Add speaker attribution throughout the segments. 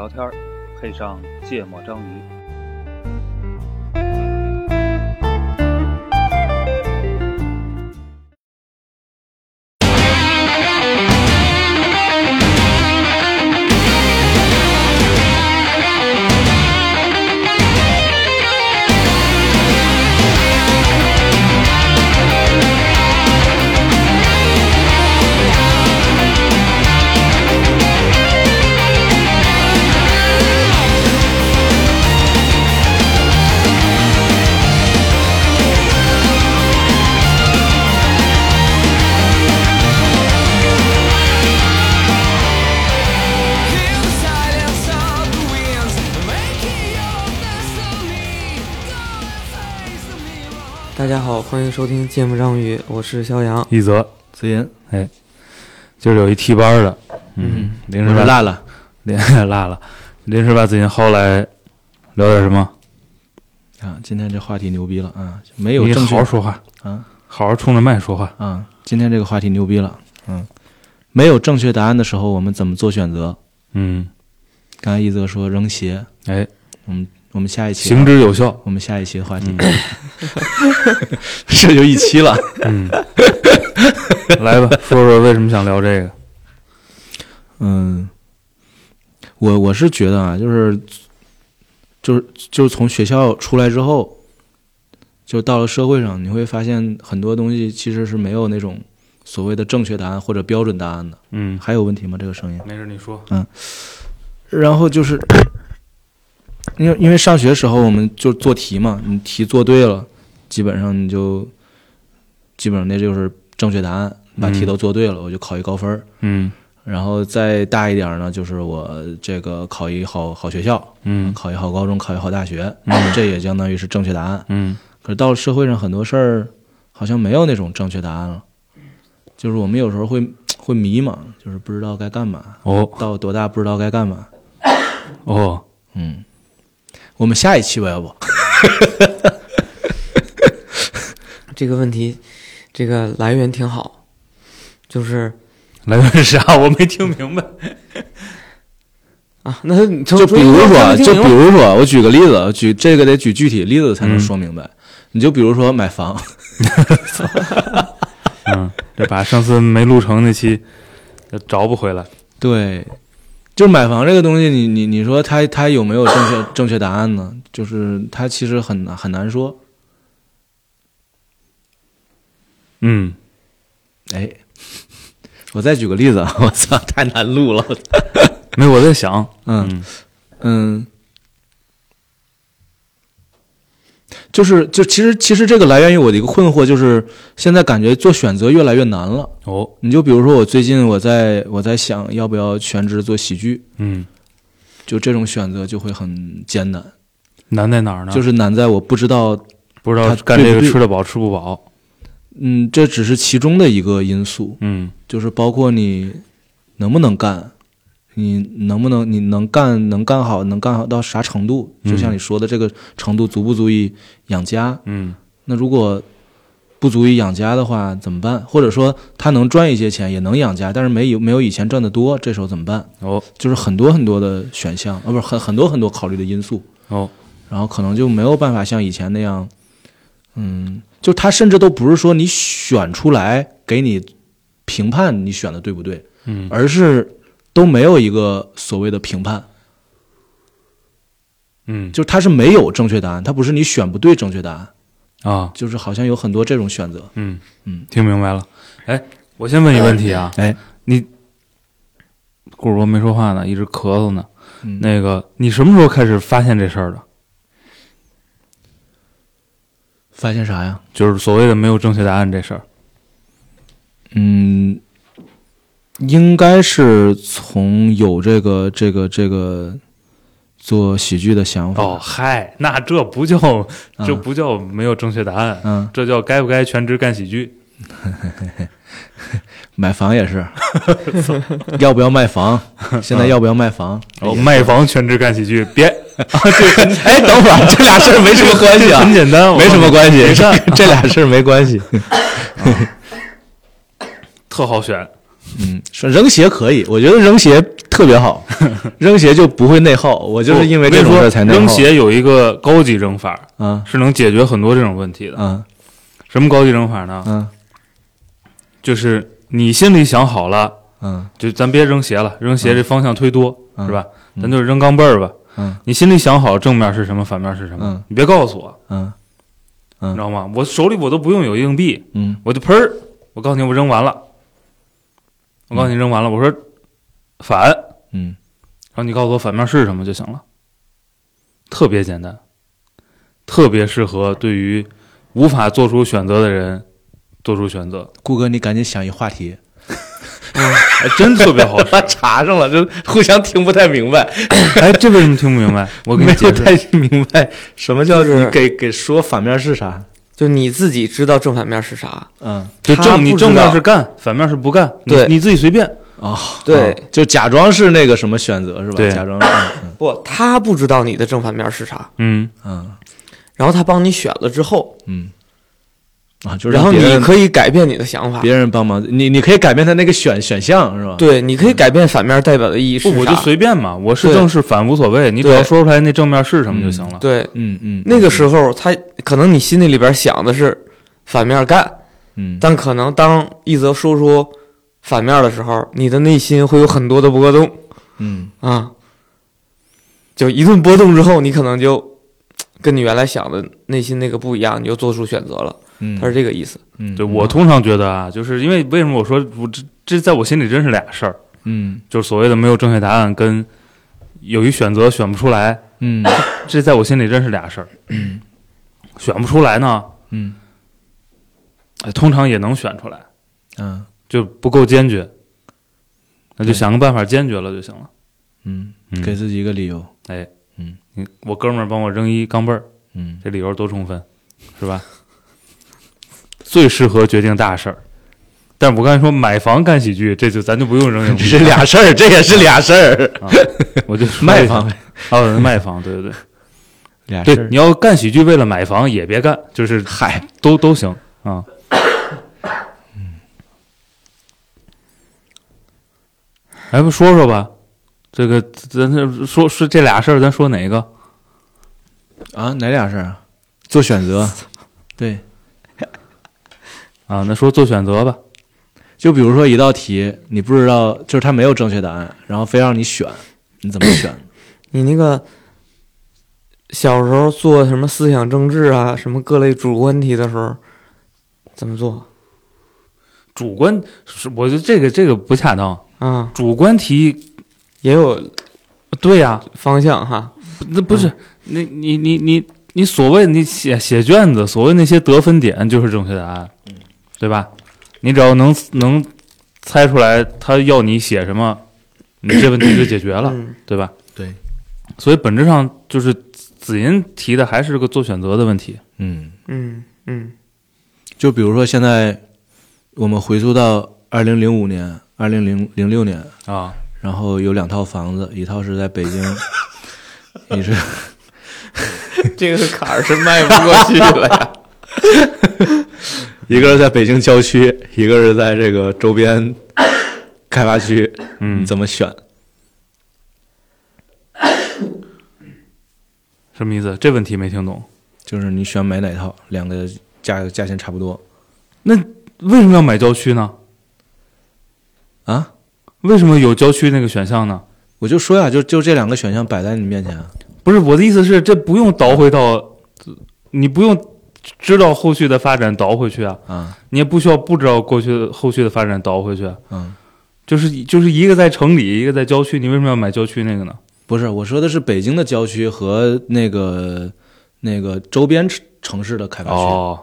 Speaker 1: 聊天，配上芥末章鱼。
Speaker 2: 大家好，欢迎收听芥末章鱼，我是肖阳，
Speaker 3: 一泽
Speaker 4: 子银。
Speaker 3: 今儿有一替班的，临时
Speaker 4: 落了，
Speaker 3: 临时把子银薅来聊点什么
Speaker 4: 啊？今天这话题牛逼了啊！没有
Speaker 3: 你
Speaker 4: 正确，
Speaker 3: 好好说话
Speaker 4: 啊，
Speaker 3: 好好冲着麦说话
Speaker 4: 啊！今天这个话题牛逼了，没有正确答案的时候，我们怎么做选择？刚才一泽说扔鞋，我们下一期
Speaker 3: 行之有效，
Speaker 4: 我们下一期的话题，这就一期了。
Speaker 3: 来吧，说说为什么想聊这个？
Speaker 4: 我是觉得啊，就是从学校出来之后，就到了社会上，你会发现很多东西其实是没有那种所谓的正确答案或者标准答案的。还有问题吗？这个声音？
Speaker 3: 没事，你说。
Speaker 4: 然后就是因为上学时候我们就做题嘛，你题做对了，基本上那就是正确答案，把题都做对了，我就考一高分。然后再大一点呢，就是我这个考一好学校，考一好高中，考一好大学，这也相当于是正确答案。可是到了社会上，很多事儿好像没有那种正确答案了，就是我们有时候会迷茫，就是不知道该干嘛。到多大不知道该干嘛。我们下一期吧，要不？
Speaker 2: 这个问题，这个来源挺好，就是
Speaker 3: 来源是啥？我没听明白。
Speaker 2: 啊，那
Speaker 4: 就比如说，我举个例子，这个得举具体例子才能说明白。你就比如说买房，
Speaker 3: 这把上次没录成那期找不回来。
Speaker 4: 对。就是买房这个东西，你说它有没有正确答案呢？就是它其实很难说。我再举个例子啊！我操，太难录了。
Speaker 3: 没有，我在想，
Speaker 4: 其实这个来源于我的一个困惑，就是现在感觉做选择越来越难了。你就比如说我最近我在想要不要全职做喜剧，就这种选择就会很艰难。
Speaker 3: 难在哪儿呢？
Speaker 4: 就是难在我不知道
Speaker 3: 干这个吃得饱吃不饱。
Speaker 4: 这只是其中的一个因素。就是包括你能不能干，你能干好到啥程度？就像你说的，这个程度足不足以养家？那如果不足以养家的话怎么办？或者说他能赚一些钱也能养家，但是没有以前赚得多，这时候怎么办？就是很多很多的选项，不是很多很多考虑的因素。然后可能就没有办法像以前那样，就他甚至都不是说你选出来给你评判你选的对不对，而是都没有一个所谓的评判。就是它是没有正确答案，它不是你选不对正确答案啊，就是好像有很多这种选择。
Speaker 3: 听明白了。我先问你问题啊。你顾主播没说话呢，一直咳嗽呢。那个你什么时候开始发现这事儿的？
Speaker 4: 发现啥呀？
Speaker 3: 就是所谓的没有正确答案这事儿。
Speaker 4: 应该是从有这个做喜剧的想法。
Speaker 3: 那这不叫没有正确答案，这叫该不该全职干喜剧。
Speaker 4: 买房也是，要不要卖房？现在要不要卖房？
Speaker 3: 卖房全职干喜剧，别。
Speaker 4: 等会儿，这俩事儿没什么关系啊，
Speaker 3: 很简单，
Speaker 4: 没什么关系，这俩事儿没关系。
Speaker 3: 特好选。
Speaker 4: 说扔鞋可以，我觉得扔鞋特别好，扔鞋就不会内耗。我就是因为这种事才内耗。
Speaker 3: 扔鞋有一个高级扔法，是能解决很多这种问题的。什么高级扔法呢？就是你心里想好了，就咱别扔鞋了，扔鞋这方向忒多，是吧？咱就扔钢镚儿吧。你心里想好正面是什么，反面是什么，你别告诉我，你知道吗？我手里我都不用有硬币，我就喷儿，我告诉你我扔完了，我告诉你扔完了，我说反，然后你告诉我反面是什么就行了，特别简单，特别适合对于无法做出选择的人做出选择。
Speaker 4: 顾哥，你赶紧想一话题。
Speaker 3: 还真特别好使，
Speaker 4: 查上了，就互相听不太明白。
Speaker 3: 哎，这为什么听不明白？我给你解释。
Speaker 4: 没有太明白什么叫你给说反面是啥？
Speaker 2: 就你自己知道正反面是啥？
Speaker 3: 就你正面是干，反面是不干，
Speaker 2: 对，
Speaker 3: 你自己随便。
Speaker 2: 对，
Speaker 4: 就假装是那个什么选择是吧？
Speaker 3: 对，
Speaker 4: 假装
Speaker 2: 不，他不知道你的正反面是啥。然后他帮你选了之后，
Speaker 4: 就是
Speaker 2: 然后你可以改变你的想法，
Speaker 4: 别人帮忙，你可以改变他那个选项是吧？
Speaker 2: 对，你可以改变反面代表的意义是啥？
Speaker 3: 我就随便嘛，我是正是反无所谓，你只要说出来那正面是什么就行了。
Speaker 2: 对，那个时候他可能你心里边想的是反面干，但可能当一泽说出反面的时候，你的内心会有很多的波动，就一顿波动之后，你可能就跟你原来想的内心那个不一样，你就做出选择了。他是这个意思。
Speaker 3: 对，我通常觉得啊，就是因为为什么我说这在我心里真是俩事儿。就是所谓的没有正确答案跟有一选择选不出来。这在我心里真是俩事儿。选不出来呢，通常也能选出来。就不够坚决，那就想个办法坚决了就行了。
Speaker 4: 给自己一个理由。
Speaker 3: 我哥们儿帮我扔一钢镚儿，这理由多充分，是吧？最适合决定大事儿。但我刚才说买房干喜剧，这就咱就不用扔硬币，
Speaker 4: 这是俩事儿，这也是俩事儿。
Speaker 3: 我就
Speaker 4: 卖房，
Speaker 3: 卖房，对对对，
Speaker 4: 俩事儿。
Speaker 3: 对，你要干喜剧为了买房也别干，就是都行啊。哎，不说说吧，这个咱说是这俩事儿，咱说哪个？
Speaker 4: 哪俩事儿啊？做选择，对。
Speaker 3: 那说做选择吧。
Speaker 4: 就比如说一道题，你不知道，就是它没有正确答案，然后非让你选，你怎么选？
Speaker 2: 你那个小时候做什么思想政治啊，什么各类主观题的时候，怎么做？
Speaker 3: 主观，我觉得这个不恰当
Speaker 2: 啊。
Speaker 3: 主观题
Speaker 2: 也有，
Speaker 3: 对呀，
Speaker 2: 方向哈。
Speaker 3: 那不是你所谓你写卷子，所谓那些得分点就是正确答案，对吧？你只要能猜出来他要你写什么，你这问题就解决了，对吧？
Speaker 4: 对。
Speaker 3: 所以本质上就是子银提的还是个做选择的问题。
Speaker 4: 就比如说现在我们回溯到2005年、2006年
Speaker 3: 啊，
Speaker 4: 然后有2套房子，一套是在北京，你是
Speaker 2: 这个坎儿是迈不过去了呀。
Speaker 4: 一个是在北京郊区，一个是在这个周边开发区，你怎么选？
Speaker 3: 什么意思？这问题没听懂。
Speaker 4: 就是你选买哪套，两个价钱差不多。
Speaker 3: 那为什么要买郊区呢？
Speaker 4: 啊？
Speaker 3: 为什么有郊区那个选项呢？
Speaker 4: 我就说呀，就这两个选项摆在你面前。
Speaker 3: 不是，我的意思是，这不用倒回到，你不用知道后续的发展倒回去啊。你也不需要不知道后续的发展倒回去。就是一个在城里，一个在郊区，你为什么要买郊区那个呢？
Speaker 4: 不是，我说的是北京的郊区和那个周边城市的开发区。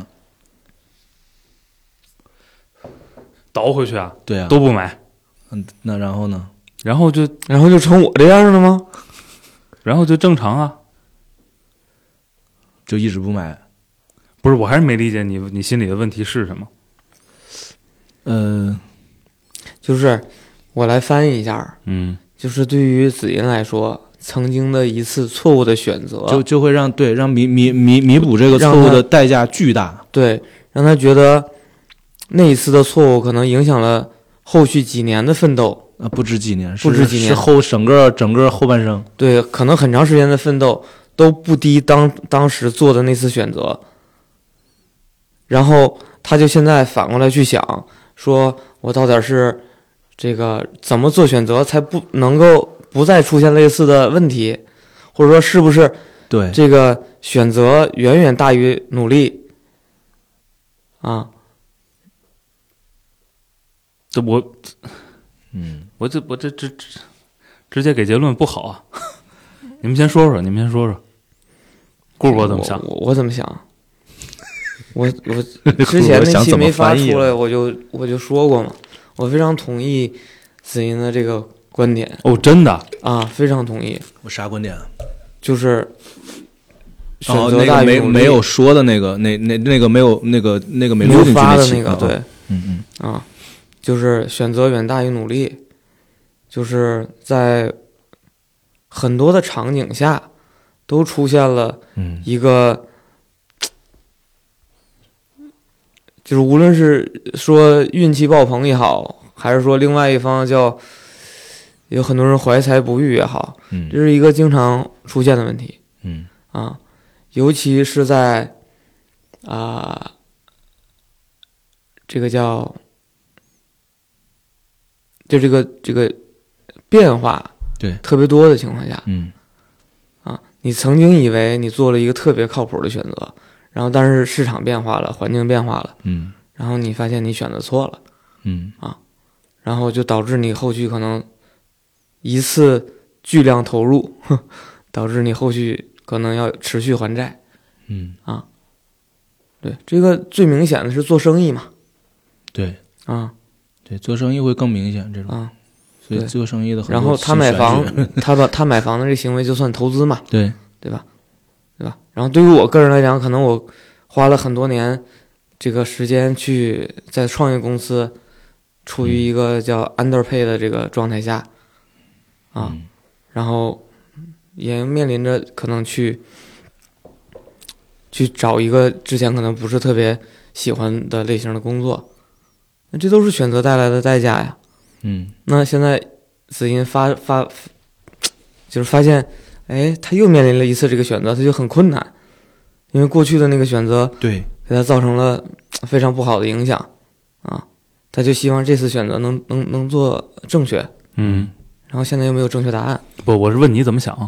Speaker 3: 倒回去啊？
Speaker 4: 对啊，
Speaker 3: 都不买。
Speaker 4: 那然后呢？
Speaker 2: 然后就成我这样了吗？
Speaker 3: 然后就正常啊，
Speaker 4: 就一直不买。
Speaker 3: 不是，我还是没理解你心里的问题是什么。
Speaker 2: 就是我来翻译一下。就是对于子银来说，曾经的一次错误的选择，
Speaker 4: 就会让弥补这个错误的代价巨大。
Speaker 2: 对，让他觉得那一次的错误可能影响了后续几年的奋斗
Speaker 4: 啊，不止几年，
Speaker 2: 不止几年，
Speaker 4: 是整个后半生。
Speaker 2: 对，可能很长时间的奋斗都不敌当时做的那次选择。然后他就现在反过来去想，说我到底是这个怎么做选择才不能够不再出现类似的问题，或者说是不是
Speaker 4: 对
Speaker 2: 这个选择远远大于努力啊？
Speaker 3: 我这直接给结论不好啊！你们先说说，顾我怎么想？
Speaker 2: 我怎么想？我之前那期没发出来，我就说过嘛，我非常同意子音的这个观点。
Speaker 3: 哦，真的
Speaker 2: 啊，非常同意。
Speaker 4: 我啥观点？
Speaker 2: 就是选择大于努力。
Speaker 4: 没有说的那个，那个没有那个没录进去
Speaker 2: 发的那个，对，
Speaker 4: 啊，
Speaker 2: 就是选择远大于努力，就是在很多的场景下都出现了一个。就是无论是说运气爆棚也好，还是说另外一方叫有很多人怀才不遇也好，这是一个经常出现的问题。尤其是在这个叫就这个变化
Speaker 4: 对
Speaker 2: 特别多的情况下，你曾经以为你做了一个特别靠谱的选择。然后，但是市场变化了，环境变化了，然后你发现你选择错了，然后就导致你后续可能一次巨量投入，导致你后续可能要持续还债，对，这个最明显的是做生意嘛，
Speaker 4: 对，
Speaker 2: 对，
Speaker 4: 做生意会更明显这种，所以做生意的很多
Speaker 2: 然后他买房，他买房的这行为就算投资嘛，
Speaker 4: 对
Speaker 2: 吧？然后对于我个人来讲，可能我花了很多年这个时间去在创业公司处于一个叫 underpay 的这个状态下然后也面临着可能去找一个之前可能不是特别喜欢的类型的工作，那这都是选择带来的代价呀。那现在子音就是发现他又面临了一次这个选择，他就很困难，因为过去的那个选择
Speaker 4: 对
Speaker 2: 给他造成了非常不好的影响他就希望这次选择能做正确，然后现在又没有正确答案。
Speaker 3: 不，我是问你怎么想。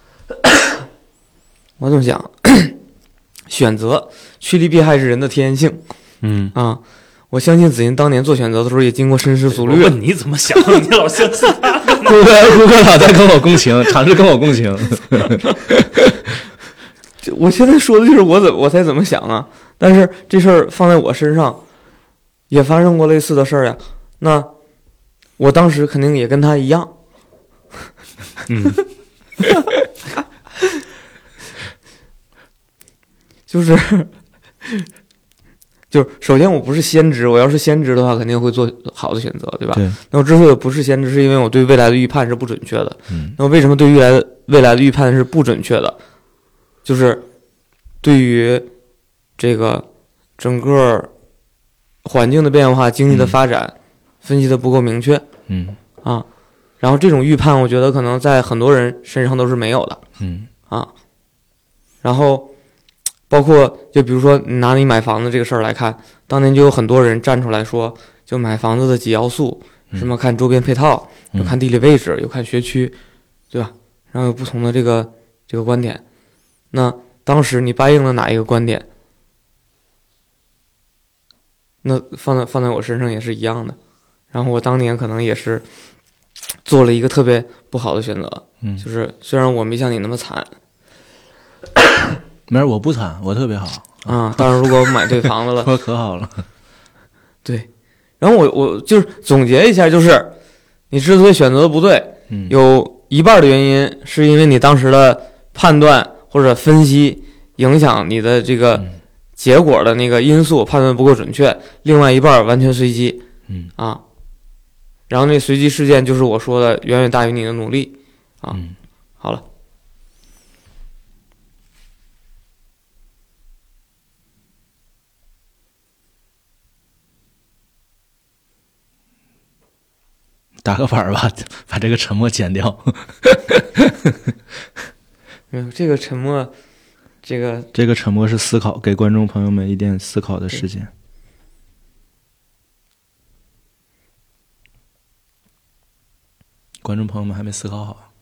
Speaker 2: 我怎么想？选择趋利避害是人的天性，我相信子音当年做选择的时候也经过深思熟虑。
Speaker 3: 我问你怎么想，你老相信他。
Speaker 4: 顾客老在跟我共情，尝试跟我共情。
Speaker 2: 我现在说的就是我才怎么想啊！但是这事儿放在我身上，也发生过类似的事儿呀。那我当时肯定也跟他一样。就是首先我不是先知，我要是先知的话，肯定会做好的选择，对吧？
Speaker 4: 对。
Speaker 2: 那我之所以不是先知，是因为我对未来的预判是不准确的。那为什么对未来的预判是不准确的？就是对于这个整个环境的变化、经济的发展，分析的不够明确。然后这种预判，我觉得可能在很多人身上都是没有的。然后。包括就比如说拿你买房子这个事儿来看，当年就有很多人站出来说，就买房子的几要素，什么看周边配套，又看地理位置，又看学区，对吧？然后有不同的这个观点。那当时你答应了哪一个观点？那放在我身上也是一样的。然后我当年可能也是做了一个特别不好的选择，就是虽然我没像你那么惨。
Speaker 4: 没事，我不惨，我特别好
Speaker 2: 当然，如果我买对房子了，
Speaker 4: 我可好了。
Speaker 2: 对，然后我就是总结一下，就是你之所以选择的不对，有一半的原因是因为你当时的判断或者分析影响你的这个结果的那个因素判断不够准确，另外一半完全随机，然后那随机事件就是我说的远远大于你的努力好了。
Speaker 4: 打个板吧，把这个沉默剪掉。
Speaker 2: 没有这个沉默，这
Speaker 4: 个沉默是思考，给观众朋友们一点思考的时间。观众朋友们还没思考好。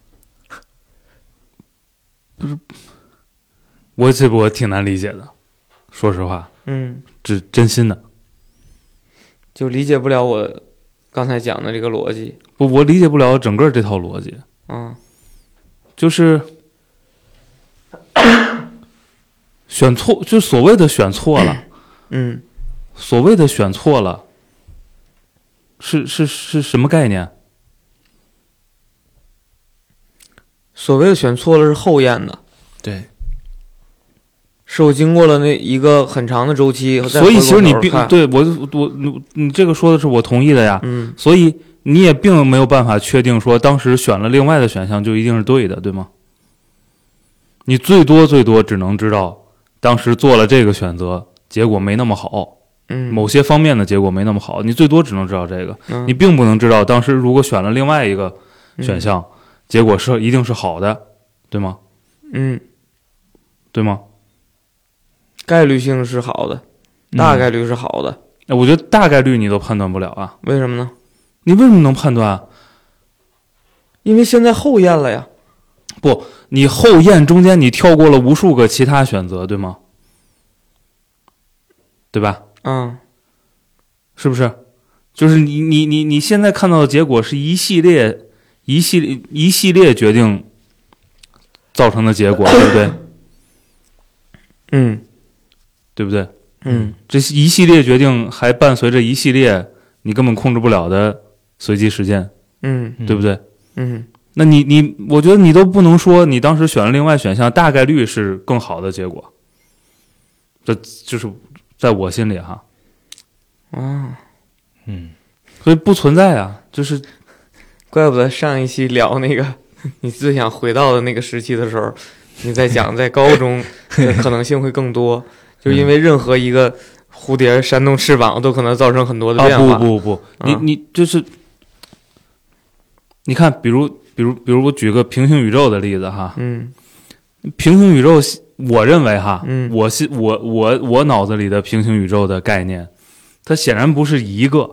Speaker 3: 不是，我挺难理解的，说实话，这真心的，
Speaker 2: 就理解不了我刚才讲的这个逻辑。
Speaker 3: 不，我理解不了整个这套逻辑。就是选错，就所谓的选错了，所谓的选错了，是什么概念？
Speaker 2: 所谓的选错了是后验的，
Speaker 4: 对，
Speaker 2: 是我经过了那一个很长的周期，
Speaker 3: 所以其实你并对你这个说的是我同意的呀，所以你也并没有办法确定说当时选了另外的选项就一定是对的，对吗？你最多只能知道当时做了这个选择结果没那么好，某些方面的结果没那么好，你最多只能知道这个，你并不能知道当时如果选了另外一个选项，结果一定是好的，对吗？对吗？
Speaker 2: 概率性是好的，大概率是好的。
Speaker 3: 我觉得大概率你都判断不了啊。
Speaker 2: 为什么呢？
Speaker 3: 你为什么能判断？
Speaker 2: 因为现在后验了呀。
Speaker 3: 不，你后验中间你跳过了无数个其他选择，对吗？对吧？是不是？就是你现在看到的结果是一系列决定造成的结果，对不对？对不对？这一系列决定还伴随着一系列你根本控制不了的随机事件，对不对？那我觉得你都不能说你当时选了另外选项，大概率是更好的结果，这就是在我心里哈。所以不存在啊，就是
Speaker 2: 怪不得上一期聊那个你最想回到的那个时期的时候，你在讲在高中的可能性会更多，就因为任何一个蝴蝶扇动翅膀都可能造成很多的变化。
Speaker 3: 不，你就是你看，比如我举个平行宇宙的例子哈，平行宇宙，我认为哈，我脑子里的平行宇宙的概念，它显然不是一个，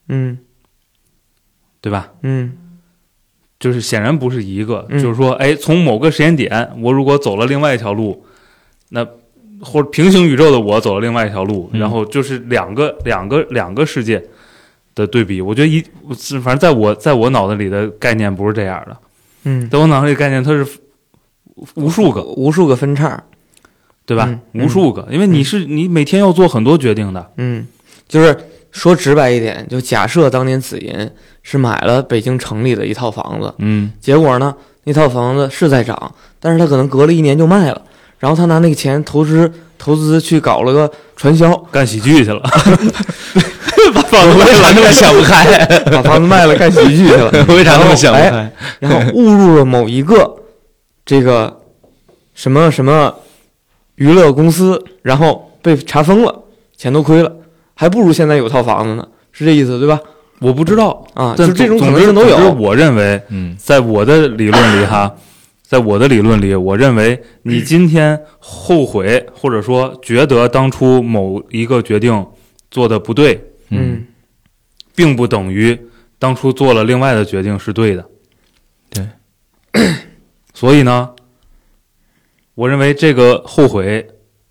Speaker 3: 对吧？就是显然不是一个，就是说，哎，从某个时间点，我如果走了另外一条路，那或者平行宇宙的我走了另外一条路，然后就是两个世界的对比。我觉得反正在我脑子里的概念不是这样的，在我脑子里的概念它是无数个
Speaker 2: 分叉，
Speaker 3: 对吧？无数个，因为你每天要做很多决定的，
Speaker 2: 就是说直白一点，就假设当年子银是买了北京城里的一套房子，结果呢，那套房子是在涨，但是他可能隔了1年就卖了，然后他拿那个钱投资去搞了个传销，
Speaker 3: 干喜剧去了，
Speaker 2: 把房子卖了，
Speaker 4: 那么想不开，
Speaker 2: 把房子卖了干喜剧去了，
Speaker 4: 为啥那么想不开？
Speaker 2: 然后误入了某一个这个什么什么娱乐公司，然后被查封了，钱都亏了。还不如现在有套房子呢，是这意思对吧？
Speaker 3: 我不知道
Speaker 2: 啊，就这种可能性都有。
Speaker 3: 我认为，在我的理论里哈，在我的理论里，我认为你今天后悔或者说觉得当初某一个决定做的不对，并不等于当初做了另外的决定是对的。
Speaker 4: 对，
Speaker 3: 所以呢，我认为这个后悔，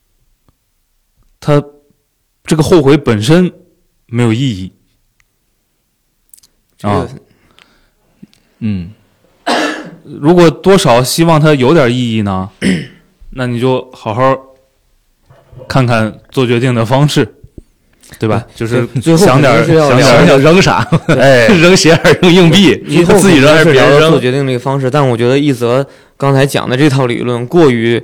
Speaker 3: 这个后悔本身没有意义啊。如果多少希望它有点意义呢，那你就好好看看做决定的方式，对吧？就是想点
Speaker 4: 扔啥，哎，扔鞋还是扔硬币？
Speaker 2: 你
Speaker 4: 自己扔还是别人扔？
Speaker 2: 做决定这个方式，但我觉得一泽刚才讲的这套理论过于。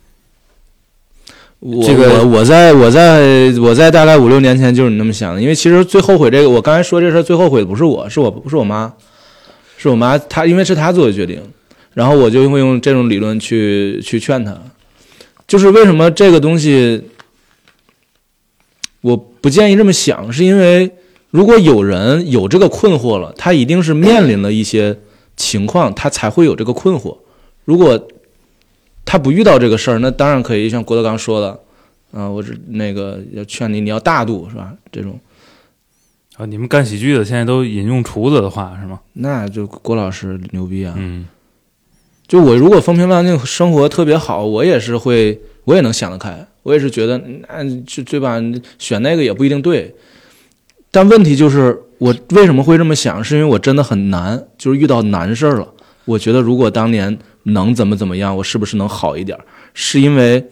Speaker 4: 我在大概5、6年前就是你那么想的，因为其实最后悔这个，我刚才说这事最后悔的不是我，是我妈，她因为是她做的决定，然后我就会用这种理论去劝她，就是为什么这个东西我不建议这么想，是因为如果有人有这个困惑了，他一定是面临了一些情况，他才会有这个困惑。如果他不遇到这个事儿，那当然可以像郭德纲说的，我是那个要劝你要大度，是吧？这种。
Speaker 3: 你们干喜剧的现在都引用厨子的话是吗？
Speaker 4: 那就郭老师牛逼啊！就我如果风平浪静，生活特别好，我也能想得开，我也是觉得，对吧？选那个也不一定对。但问题就是，我为什么会这么想？是因为我真的很难，就是遇到难事儿了。我觉得如果当年能怎么样，我是不是能好一点？是因为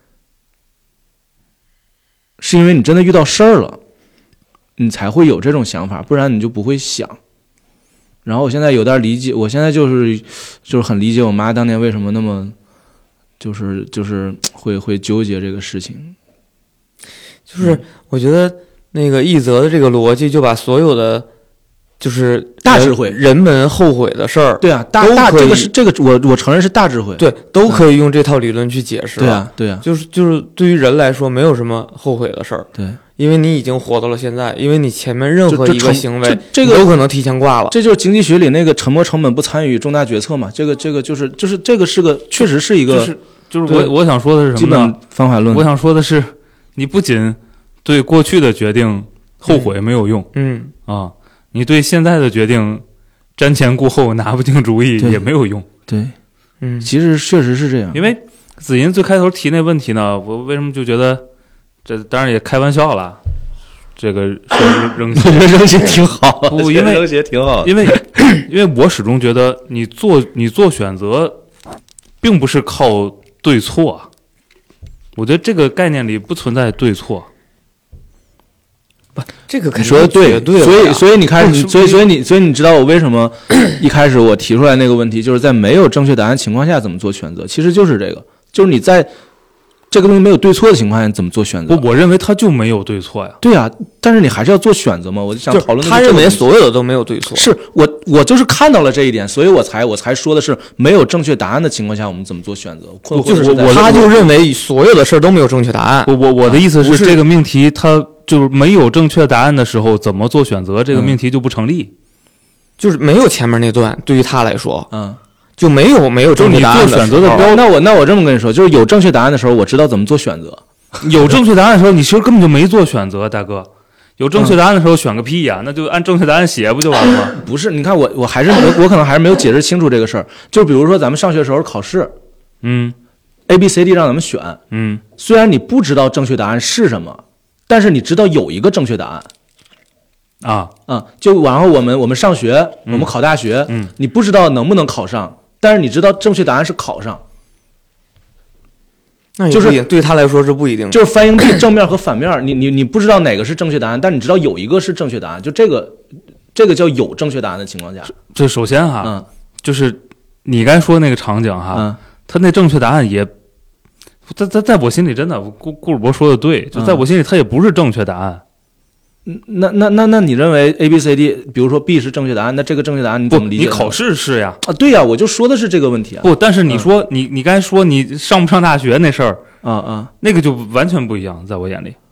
Speaker 4: 你真的遇到事儿了。你才会有这种想法，不然你就不会想。然后我现在有点理解，我现在就是很理解我妈当年为什么那么就是会纠结这个事情。
Speaker 2: 就是我觉得那个一泽的这个逻辑就把所有的就是
Speaker 4: 大智慧
Speaker 2: 人们后悔的事儿，
Speaker 4: 对啊，大这个我承认是大智慧，
Speaker 2: 对，都可以用这套理论去解释。
Speaker 4: 对啊，
Speaker 2: 就是对于人来说没有什么后悔的事儿，
Speaker 4: 对。
Speaker 2: 因为你已经活到了现在，因为你前面任何一个行为，
Speaker 4: 这个
Speaker 2: 都可能提前挂了。
Speaker 4: 这就是经济学里那个沉没成本不参与重大决策嘛。这个就是这个是个确实是一个，
Speaker 3: 就是我想说的是什么呢？
Speaker 4: 基本方法论。
Speaker 3: 我想说的是，你不仅对过去的决定后悔没有用，你对现在的决定瞻前顾后拿不定主意也没有用。
Speaker 4: 对，其实确实是这样。
Speaker 3: 因为子银最开头提那问题呢，我为什么就觉得？这当然也开玩笑了，这个扔
Speaker 4: 鞋挺好，
Speaker 3: 不，因为
Speaker 4: 扔鞋挺好，
Speaker 3: 因为我始终觉得你做选择，并不是靠对错，我觉得这个概念里不存在对错。
Speaker 2: 不，这个
Speaker 4: 你说的对，所以你开始，所以你知道我为什么一开始我提出来那个问题，就是在没有正确答案情况下怎么做选择，其实就是这个，就是你在。这个东西没有对错的情况下，你怎么做选择？
Speaker 3: 我认为他就没有对错呀。
Speaker 4: 对啊，但是你还是要做选择嘛。我就想讨论
Speaker 2: 他认为所有的都没有对错。
Speaker 4: 是我就是看到了这一点，所以我才说的是没有正确答案的情况下，我们怎么做选择？
Speaker 2: 他就认为所有的事儿都没有正确答案。
Speaker 3: 我的意思是，这个命题它就是没有正确答案的时候，怎么做选择？这个命题就不成立。
Speaker 2: 就是没有前面那段，对于他来说，就没有正确答案的
Speaker 3: 做选择的标。
Speaker 4: 那我这么跟你说，就是有正确答案的时候，我知道怎么做选择。
Speaker 3: 有正确答案的时候，你其实根本就没做选择，大哥。有正确答案的时候选个屁呀，那就按正确答案写不就完了吗？
Speaker 4: 不是，你看我还是我可能还是没有解释清楚这个事儿。就比如说咱们上学的时候考试，A B C D 让咱们选，虽然你不知道正确答案是什么，但是你知道有一个正确答案。就然后我们上学，我们考大学，你不知道能不能考上，但是你知道正确答案是考上。
Speaker 2: 那就是对他来说是不一定的，
Speaker 4: 就是翻译币正面和反面，你不知道哪个是正确答案，但你知道有一个是正确答案，就这个叫有正确答案的情况下。
Speaker 3: 这首先哈，就是你刚才说那个场景哈，他那正确答案也，在我心里真的，顾主播说的对，就在我心里他也不是正确答案。
Speaker 4: 那你认为 A B C D， 比如说 B 是正确答案，那这个正确答案你怎么理解？
Speaker 3: 你考试是呀，
Speaker 4: 对呀，我就说的是这个问题啊。
Speaker 3: 不，但是你说你刚才说你上不上大学那事儿那个就完全不一样，在我眼里。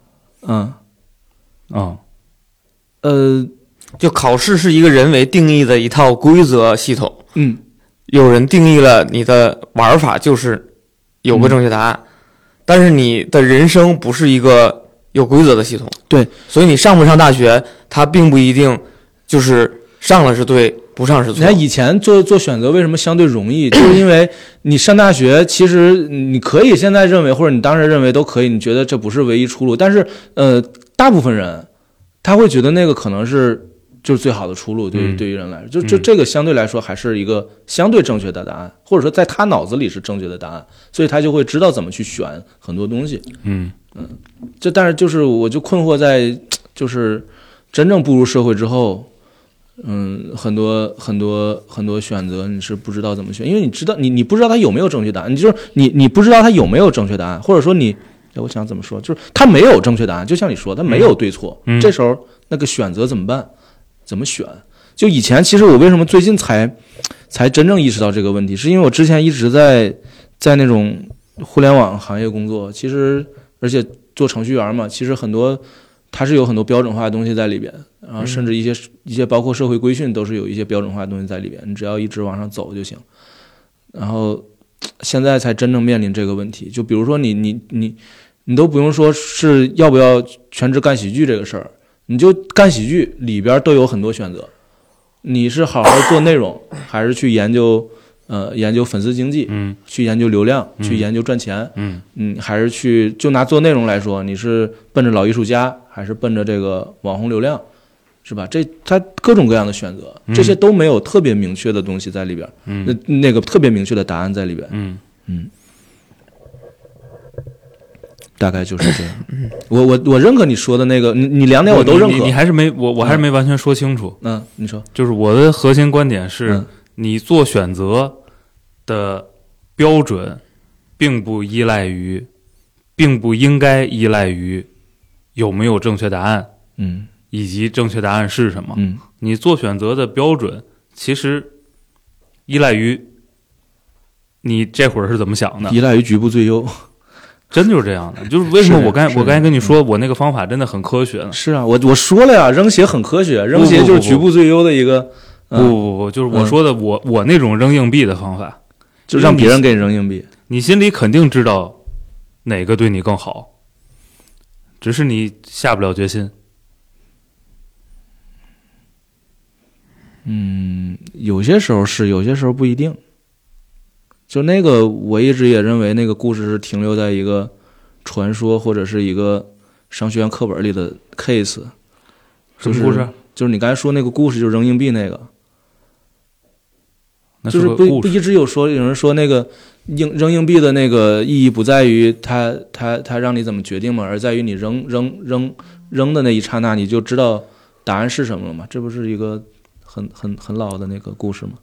Speaker 2: 就考试是一个人为定义的一套规则系统。有人定义了你的玩法就是有个正确答案，但是你的人生不是一个有规则的系统。
Speaker 4: 对，
Speaker 2: 所以你上不上大学，它并不一定就是上了是对，不上是错。
Speaker 4: 你看以前做选择为什么相对容易，就是因为你上大学，其实你可以现在认为，或者你当时认为都可以，你觉得这不是唯一出路，但是大部分人他会觉得那个可能是就是最好的出路，对于人来说，就这个相对来说还是一个相对正确的答案，或者说在他脑子里是正确的答案，所以他就会知道怎么去选很多东西。但是就是我就困惑在就是真正步入社会之后，很多选择你是不知道怎么选，因为你知道你不知道他有没有正确答案，你就是你不知道他有没有正确答案，或者说我想怎么说，就是他没有正确答案，就像你说他没有对错，这时候那个选择怎么办？怎么选？就以前其实我为什么最近才真正意识到这个问题，是因为我之前一直在那种互联网行业工作，其实而且做程序员嘛，其实很多它是有很多标准化的东西在里边，然后甚至一些包括社会规训都是有一些标准化的东西在里边，你只要一直往上走就行。然后现在才真正面临这个问题，就比如说你都不用说是要不要全职干喜剧这个事儿，你就干喜剧里边都有很多选择，你是好好做内容，还是去研究粉丝经济，去研究流量，去研究赚钱，还是去就拿做内容来说，你是奔着老艺术家，还是奔着这个网红流量，是吧？它各种各样的选择，这些都没有特别明确的东西在里边，那个特别明确的答案在里边，大概就是这样。我认可你说的那个，你两点我都认可。
Speaker 3: 你还是没我还是没完全说清楚。
Speaker 4: 你说，
Speaker 3: 就是我的核心观点是，你做选择的标准并不应该依赖于有没有正确答案，以及正确答案是什么。你做选择的标准其实依赖于你这会儿是怎么想的，
Speaker 4: 依赖于局部最优。
Speaker 3: 真就是这样的，就是为什么我刚才跟你说我那个方法真的很科学呢？
Speaker 4: 是啊，我说了呀，扔鞋很科学，扔鞋就是局部最优的一个。
Speaker 3: 不，就是我说的我那种扔硬币的方法，
Speaker 4: 就让别人给你扔硬币，
Speaker 3: 你心里肯定知道哪个对你更好，只是你下不了决心。
Speaker 4: 有些时候是，有些时候不一定。就那个，我一直也认为那个故事是停留在一个传说或者是一个商学院课本里的 case。
Speaker 3: 什么故事？
Speaker 4: 就是你刚才说那个故事，就是扔硬币那个。
Speaker 3: 就是
Speaker 4: 不一直有人说那个扔硬币的那个意义不在于他让你怎么决定嘛，而在于你扔的那一刹那，你就知道答案是什么了嘛。这不是一个很老的那个故事吗？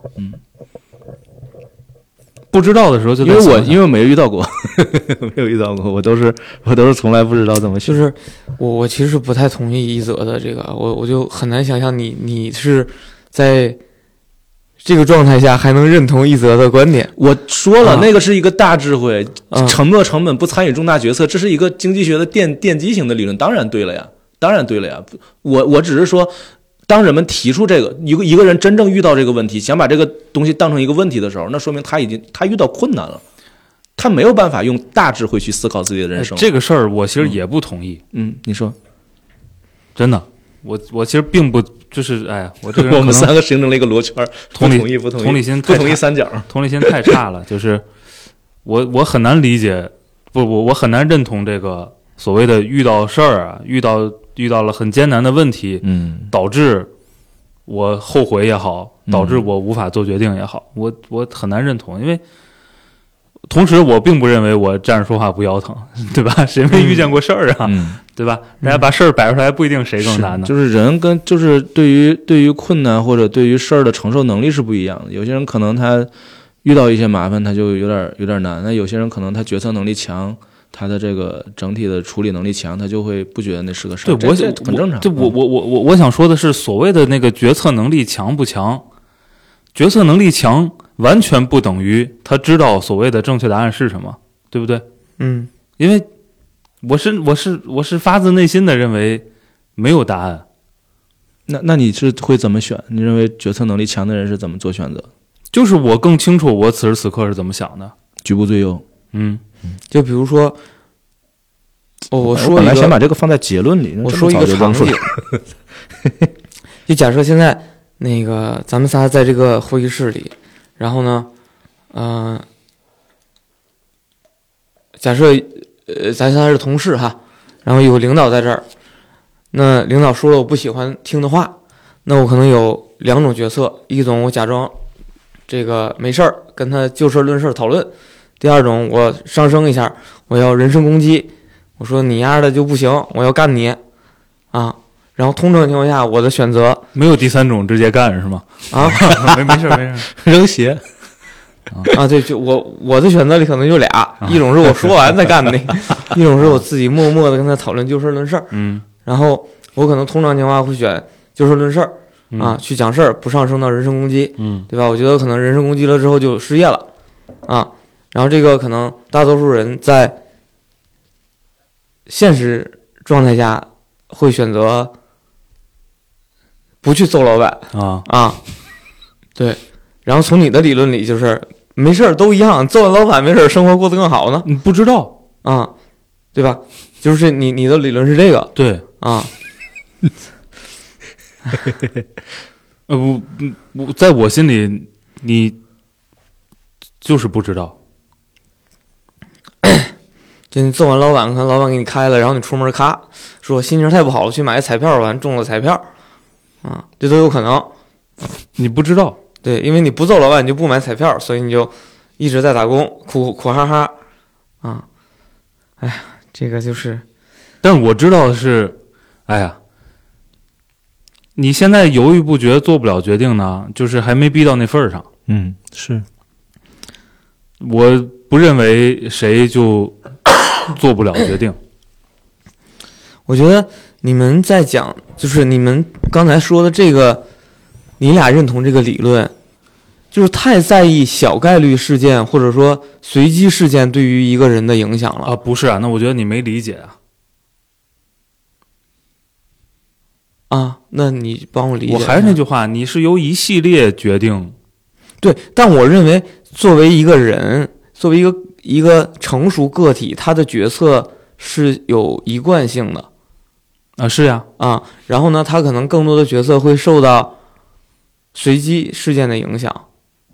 Speaker 3: 不知道的时候就
Speaker 4: 因为我没遇到过，没有遇到过，我都是从来不知道怎么选。
Speaker 2: 就是我其实不太同意一泽的这个，我就很难想象你是在这个状态下还能认同一泽的观点。
Speaker 4: 我说了，那个是一个大智慧，沉没成本不参与重大决策，这是一个经济学的奠基型的理论，当然对了呀。我只是说，当人们提出这个一个人真正遇到这个问题，想把这个东西当成一个问题的时候，那说明他遇到困难了，他没有办法用大智慧去思考自己的人生。
Speaker 3: 这个事儿我其实也不同意。
Speaker 4: 你说，
Speaker 3: 真的，我其实并不就是我这个人
Speaker 4: 我们三个形成了一个罗圈，不同意，
Speaker 3: 同理心
Speaker 4: 不同意三角，
Speaker 3: 同理心太差了。就是我很难理解，我很难认同这个所谓的遇到事儿啊，遇到了很艰难的问题，导致我后悔也好，导致我无法做决定也好，我很难认同。因为同时我并不认为我站着说话不腰疼，对吧？谁没遇见过事儿啊，对吧？大家把事儿摆出来，不一定谁更难呢。
Speaker 4: 就是人就是对于困难或者对于事儿的承受能力是不一样的。有些人可能他遇到一些麻烦，他就有点难；那有些人可能他决策能力强，他的这个整体的处理能力强，他就会不觉得那是个事儿。
Speaker 3: 对，
Speaker 4: 这很正常。
Speaker 3: 对，我想说的是，所谓的那个决策能力强不强，决策能力强完全不等于他知道所谓的正确答案是什么，对不对？因为我是发自内心的认为没有答案。
Speaker 4: 那你是会怎么选？你认为决策能力强的人是怎么做选择？
Speaker 3: 就是我更清楚我此时此刻是怎么想的，
Speaker 4: 局部最优。
Speaker 2: 就比如说，我
Speaker 4: 本来想把这个放在结论里，
Speaker 2: 我说一个场景，就假设现在那个咱们仨在这个会议室里，然后呢，假设咱仨是同事哈，然后有领导在这儿，那领导说了我不喜欢听的话，那我可能有两种决策，一种我假装这个没事儿，跟他就事论事讨论。第二种，我上升一下，我要人身攻击，我说你丫的就不行，我要干你啊！然后通常情况下，我的选择
Speaker 3: 没有第三种直接干是吗？没事，
Speaker 4: 扔鞋
Speaker 2: 对，就我的选择里可能就俩，一种是我说完再干的，一种是我自己默默的跟他讨论就事论事。然后我可能通常情况下会选就事论事去讲事儿，不上升到人身攻击，对吧？我觉得可能人身攻击了之后就失业了然后这个可能大多数人在现实状态下会选择不去揍老板啊，对。然后从你的理论里就是没事儿都一样，揍完老板没事儿，生活过得更好呢。
Speaker 3: 你不知道
Speaker 2: 啊，对吧？就是你的理论是这个，
Speaker 3: 对
Speaker 2: 啊。
Speaker 3: 在我心里，你就是不知道。
Speaker 2: 就你揍完老板，可能老板给你开了，然后你出门咔说心情太不好了，去买彩票，完中了彩票，啊，这都有可能。
Speaker 3: 你不知道，
Speaker 2: 对，因为你不揍老板，你就不买彩票，所以你就一直在打工，苦哈哈，啊，哎呀，这个就是，
Speaker 3: 但是我知道的是，哎呀，你现在犹豫不决，做不了决定呢，就是还没逼到那份儿上。
Speaker 4: 是，
Speaker 3: 我不认为谁就做不了决定。
Speaker 2: 我觉得你们在讲，就是你们刚才说的这个，你俩认同这个理论，就是太在意小概率事件或者说随机事件对于一个人的影响了
Speaker 3: 啊？不是啊，那我觉得你没理解啊。
Speaker 2: 啊，那你帮我理解。
Speaker 3: 我还是那句话，你是由一系列决定。
Speaker 2: 对，但我认为作为一个人，作为一个成熟个体，他的决策是有一贯性的。
Speaker 3: 啊，是呀，
Speaker 2: 啊，然后呢，他可能更多的决策会受到随机事件的影响，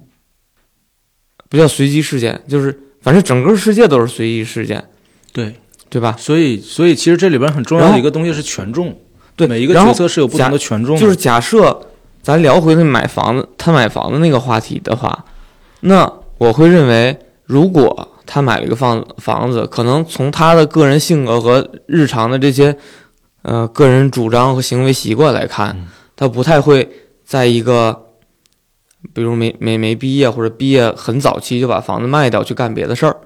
Speaker 2: 不叫随机事件，就是反正整个世界都是随机事件，对吧？
Speaker 4: 所以其实这里边很重要的一个东西是权重，
Speaker 2: 对，
Speaker 4: 每一个决策是有不同的权重。
Speaker 2: 就是假设咱聊回他买房子那个话题的话，那我会认为，如果他买了一个房子，可能从他的个人性格和日常的这些个人主张和行为习惯来看，他不太会在一个比如没毕业或者毕业很早期就把房子卖掉去干别的事儿，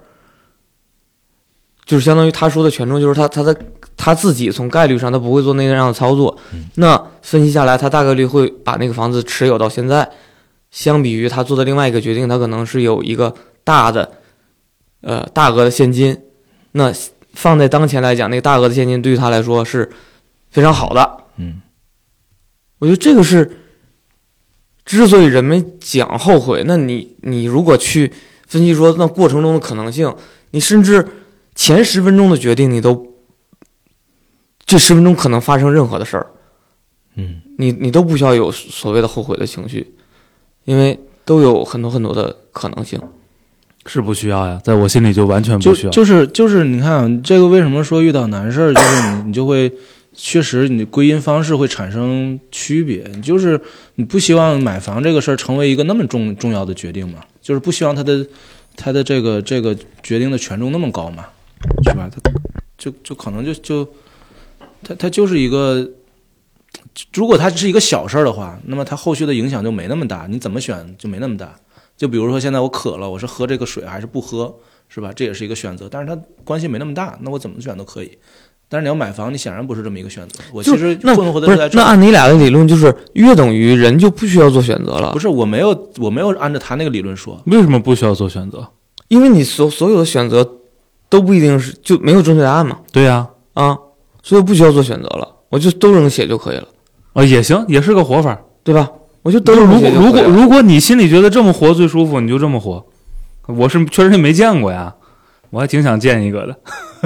Speaker 2: 就是相当于他说的权重，就是他自己从概率上他不会做那样的操作。那分析下来，他大概率会把那个房子持有到现在，相比于他做的另外一个决定，他可能是有一个大额的现金，那放在当前来讲，那个大额的现金对于他来说是非常好的。我觉得这个是之所以人们讲后悔，那你如果去分析说那过程中的可能性，你甚至前10分钟的决定，你都这10分钟可能发生任何的事儿，你都不需要有所谓的后悔的情绪，因为都有很多很多的可能性。
Speaker 3: 是不需要呀，在我心里就完全不需要。
Speaker 4: 就是你看这个为什么说遇到难事儿，就是你就会确实你归因方式会产生区别，就是你不希望买房这个事儿成为一个那么重要的决定嘛，就是不希望他的这个决定的权重那么高嘛，是吧？就可能他就是一个，如果它是一个小事儿的话，那么它后续的影响就没那么大，你怎么选就没那么大。就比如说现在我渴了，我是喝这个水还是不喝，是吧？这也是一个选择，但是它关系没那么大，那我怎么选都可以。但是你要买房，你显然不是这么一个选择。我其实困惑的是在这。
Speaker 2: 那按你俩的理论，就是约等于人就不需要做选择了。
Speaker 4: 不是，我没有按照他那个理论说。
Speaker 3: 为什么不需要做选择？
Speaker 2: 因为你所有的选择都不一定是就没有正确答案嘛。
Speaker 3: 对呀，
Speaker 2: 所以不需要做选择了，我就都扔血就可以了。
Speaker 3: 也行，也是个活法，
Speaker 2: 对吧？我就都扔血就可以了。
Speaker 3: 如果你心里觉得这么活最舒服，你就这么活。我是确实没见过呀，我还挺想见一个的。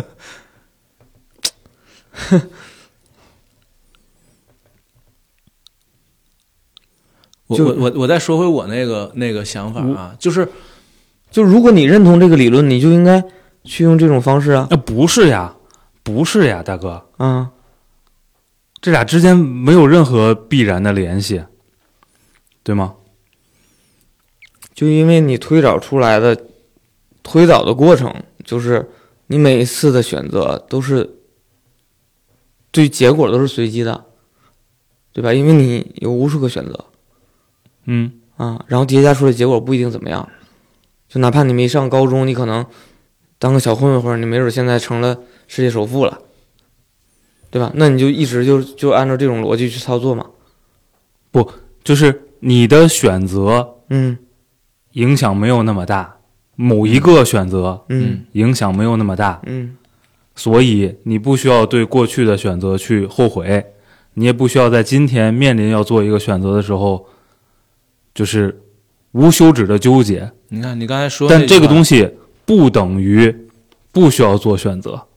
Speaker 4: 我再说回我那个想法啊，就是
Speaker 2: 如果你认同这个理论，你就应该去用这种方式啊。
Speaker 3: 不是呀，大哥，
Speaker 2: 这
Speaker 3: 俩之间没有任何必然的联系，对吗？
Speaker 2: 就因为你推导的过程，就是你每一次的选择都是对结果都是随机的，对吧？因为你有无数个选择，然后叠加出来结果不一定怎么样。就哪怕你没上高中，你可能当个小混混，你没准现在成了世界首富了，对吧？那你就一直就按照这种逻辑去操作嘛？
Speaker 3: 不，就是你的选择，影响没有那么大，某一个选择，影响没有那么大， 所以你不需要对过去的选择去后悔，你也不需要在今天面临要做一个选择的时候就是无休止的纠结。
Speaker 4: 你看你刚才说，
Speaker 3: 但这个东西不等于不需要做选择。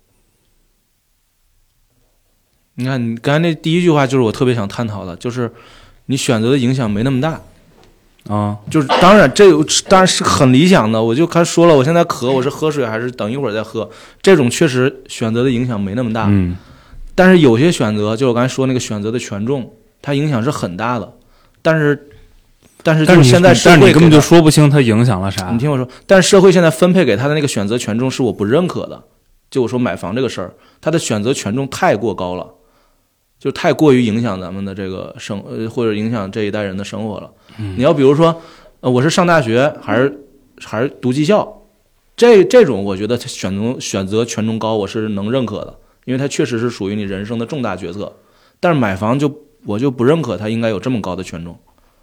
Speaker 4: 你看你刚才那第一句话就是我特别想探讨的，就是你选择的影响没那么大
Speaker 3: 啊，
Speaker 4: 就是当然当然是很理想的。我就开始说了，我现在渴，我是喝水还是等一会儿再喝，这种确实选择的影响没那么大。但是有些选择，就我刚才说那个选择的权重，它影响是很大的。但是就是现在社会，
Speaker 3: 但是你根本就说不清它影响了啥。
Speaker 4: 你听我说，但是社会现在分配给他的那个选择权重是我不认可的。就我说买房这个事儿，他的选择权重太过高了，就太过于影响咱们的这个或者影响这一代人的生活了。你要比如说，我是上大学还是读技校，这种我觉得选择权重高，我是能认可的，因为它确实是属于你人生的重大决策。但是买房我就不认可它应该有这么高的权重。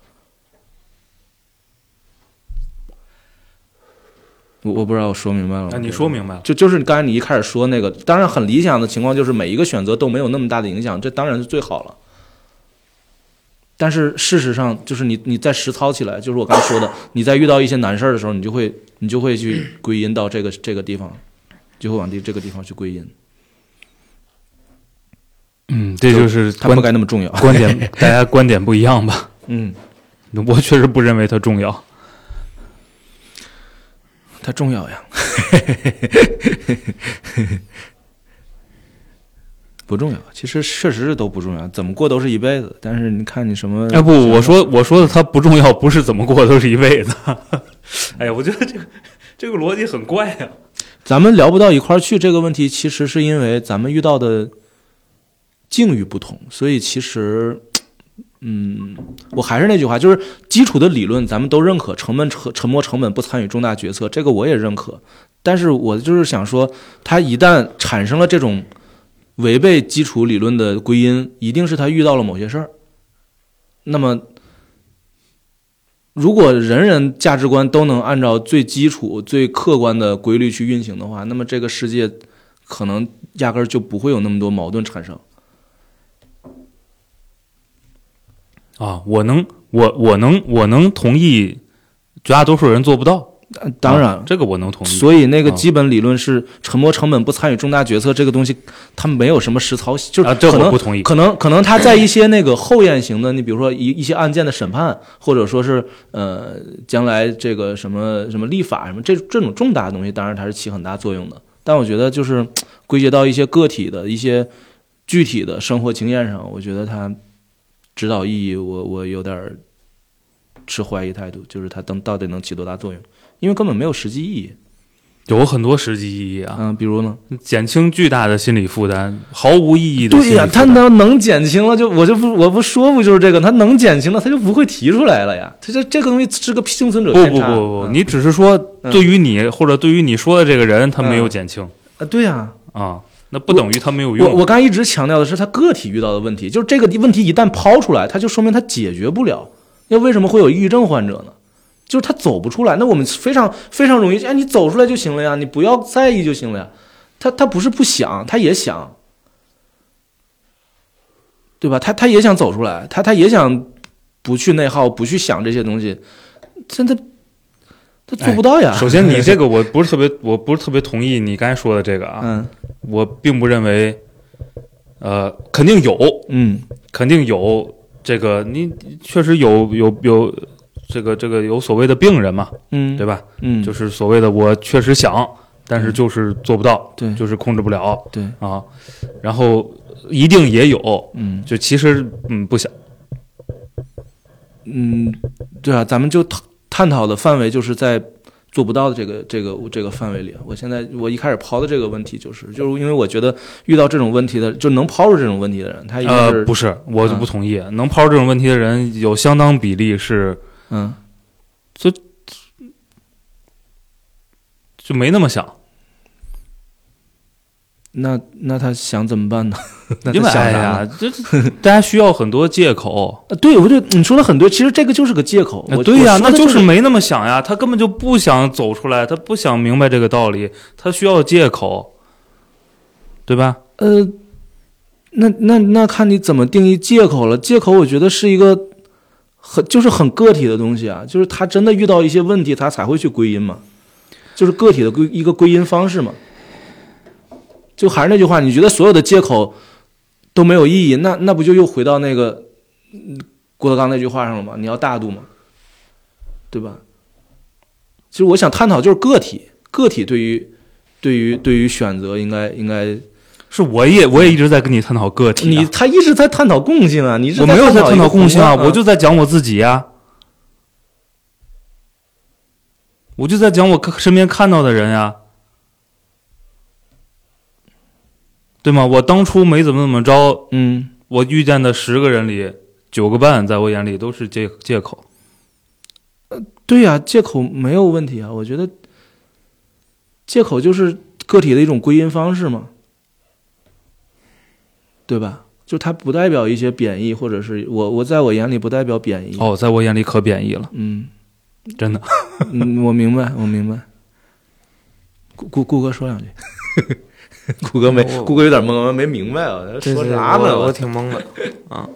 Speaker 4: 我不知道我说明白了吗？
Speaker 3: 你说明白了，
Speaker 4: 就是刚才你一开始说那个，当然很理想的情况就是每一个选择都没有那么大的影响，这当然是最好了。但是事实上，就是你在实操起来，就是我刚才说的，你在遇到一些难事的时候，你就会去归因到这个地方，就会往这个地方去归因。
Speaker 3: 这就是
Speaker 4: 它不该那么重要。
Speaker 3: 观点大家观点不一样吧？我确实不认为它重要。
Speaker 4: 它重要呀，不重要。其实确实是都不重要，怎么过都是一辈子。但是你看你什么？
Speaker 3: 不，我说的它不重要，不是怎么过都是一辈子。哎呀，我觉得这个逻辑很怪啊。
Speaker 4: 咱们聊不到一块儿去，这个问题其实是因为咱们遇到的境遇不同，所以其实。我还是那句话，就是基础的理论咱们都认可，沉没成本不参与重大决策，这个我也认可。但是我就是想说，它一旦产生了这种违背基础理论的归因，一定是他遇到了某些事儿。那么，如果人人价值观都能按照最基础、最客观的规律去运行的话，那么这个世界可能压根儿就不会有那么多矛盾产生。
Speaker 3: 我能同意，绝大多数人做不到。
Speaker 4: 当然，
Speaker 3: 这个我能同意。
Speaker 4: 所以那个基本理论是沉没成本不参与重大决策，这个东西它没有什么实操，就是
Speaker 3: 这我不同意。
Speaker 4: 可能它在一些那个后验型的，你比如说一些案件的审判，或者说是将来这个什么立法什么这种重大的东西，当然它是起很大作用的。但我觉得就是归结到一些个体的一些具体的生活经验上，我觉得它指导意义我有点持怀疑态度，就是它到底能起多大作用？因为根本没有实际意义。
Speaker 3: 有很多实际意义啊，
Speaker 4: 比如呢，
Speaker 3: 减轻巨大的心理负担，毫无意义的心理负担。
Speaker 4: 对呀，它能减轻了，我不说不就是这个，它能减轻了，它就不会提出来了呀。它这个东西是个幸存者偏差。
Speaker 3: 不，你只是说对于你或者对于你说的这个人，他没有减轻。
Speaker 4: 对呀，
Speaker 3: 那不等于他没有用。
Speaker 4: 我刚才一直强调的是他个体遇到的问题，就是这个问题一旦抛出来，它就说明他解决不了。那为什么会有抑郁症患者呢？就是他走不出来。那我们非常非常容易，你走出来就行了呀，你不要在意就行了呀。他不是不想，他也想，对吧？他也想走出来，他也想不去内耗，不去想这些东西，真的他做不到呀。
Speaker 3: 首先，你这个我不是特别同意你刚才说的这个啊。我并不认为，肯定有，肯定有这个，你确实有这个有所谓的病人嘛，对吧？就是所谓的我确实想，但是就是做不到，
Speaker 4: 对，
Speaker 3: 就是控制不了，
Speaker 4: 对
Speaker 3: 啊。然后一定也有，就其实不想，
Speaker 4: 对啊，咱们就探讨的范围就是在做不到的这个范围里。我一开始抛的这个问题就是因为我觉得遇到这种问题的，就能抛出这种问题的人，他一定是
Speaker 3: 不是，我就不同意。能抛出这种问题的人有相当比例是。就没那么想。
Speaker 4: 那他想怎么办呢？那
Speaker 3: 他想啥呀？大家需要很多借口。
Speaker 4: 对，我觉得你说了很多，其实这个就是个借口。
Speaker 3: 对呀，那就是没那么想呀，他根本就不想走出来，他不想明白这个道理，他需要借口。 对吧？
Speaker 4: 那看你怎么定义借口了。借口我觉得是一个很个体的东西啊，就是他真的遇到一些问题，他才会去归因嘛，就是个体的一个归因方式嘛。就还是那句话，你觉得所有的借口都没有意义，那不就又回到那个郭德纲那句话上了吗？你要大度嘛，对吧？其实我想探讨就是个体对于选择应该
Speaker 3: 是我也一直在跟你探讨个体、
Speaker 4: 他一直在探讨共性啊，
Speaker 3: 我没有在探讨共性啊，我就在讲我自己呀、我就在讲我身边看到的人呀、对吗？我当初没怎么着，我遇见的10个人里9个半，在我眼里都是借口。
Speaker 4: 对呀、借口没有问题啊，我觉得借口就是个体的一种归因方式嘛。对吧？就它不代表一些贬义，或者是我在我眼里不代表贬义。
Speaker 3: 哦，在我眼里可贬义了。真的。
Speaker 4: 我明白。顾哥说两句。顾哥有点懵，没明白啊，说啥呢？
Speaker 2: 我挺懵的啊。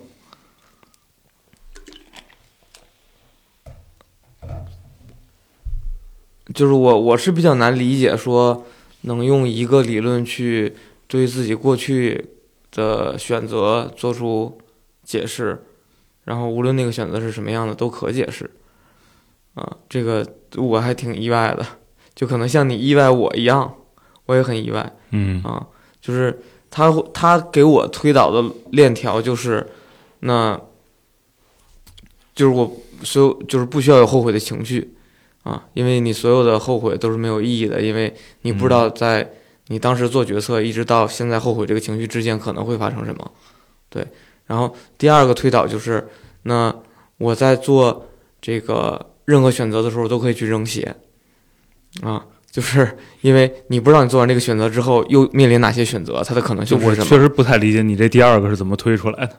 Speaker 2: 就是我是比较难理解，说能用一个理论去对自己过去的选择做出解释，然后无论那个选择是什么样的都可解释啊，这个我还挺意外的，就可能像你意外我一样，我也很意外。就是他给我推导的链条就是，那就是我就是不需要有后悔的情绪啊，因为你所有的后悔都是没有意义的，因为你不知道在你当时做决策一直到现在后悔这个情绪之间可能会发生什么。对，然后第二个推导就是，那我在做这个任何选择的时候都可以去扔鞋啊，就是因为你不知道你做完这个选择之后又面临哪些选择，它的可能性是什么。
Speaker 3: 我确实不太理解你这第二个是怎么推出来的。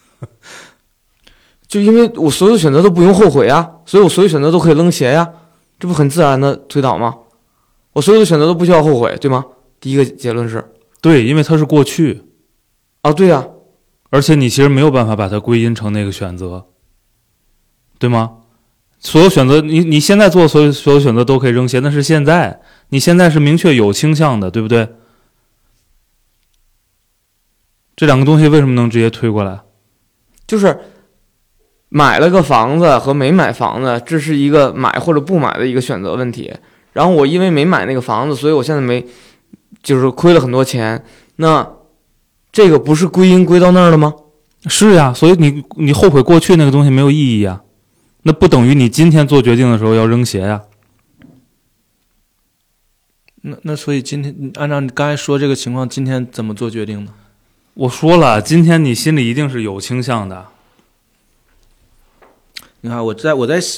Speaker 2: 就因为我所有的选择都不用后悔啊，所以我所有选择都可以扔鞋呀，这不很自然的推导吗？我所有的选择都不需要后悔，对吗？第一个结论是
Speaker 3: 对，因为它是过去
Speaker 2: 啊，对呀，
Speaker 3: 而且你其实没有办法把它归因成那个选择，对吗？所有选择，你现在做的所有选择都可以扔鞋，那是现在，你现在是明确有倾向的，对不对？这两个东西为什么能直接推过来？
Speaker 2: 就是买了个房子和没买房子，这是一个买或者不买的一个选择问题。然后我因为没买那个房子，所以我现在就是亏了很多钱。那这个不是归因归到那儿了吗？
Speaker 3: 是呀，所以你后悔过去那个东西没有意义呀，那不等于你今天做决定的时候要扔鞋呀。
Speaker 4: 那所以今天按照你刚才说这个情况，今天怎么做决定呢？
Speaker 3: 我说了，今天你心里一定是有倾向的。
Speaker 4: 你看，我在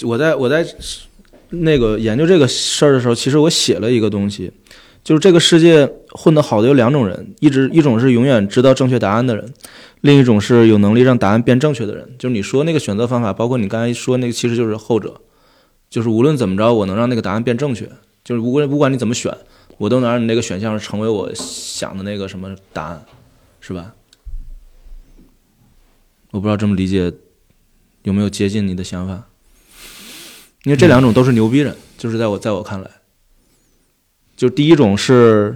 Speaker 4: 那个研究这个事儿的时候，其实我写了一个东西，就是这个世界混得好的有2种人，一种是永远知道正确答案的人，另一种是有能力让答案变正确的人。就是你说那个选择方法，包括你刚才说那个，其实就是后者，就是无论怎么着，我能让那个答案变正确，就是不管你怎么选，我都能让你那个选项成为我想的那个什么答案，是吧？我不知道这么理解有没有接近你的想法。因为这2种都是牛逼人，就是在我看来，就第一种是，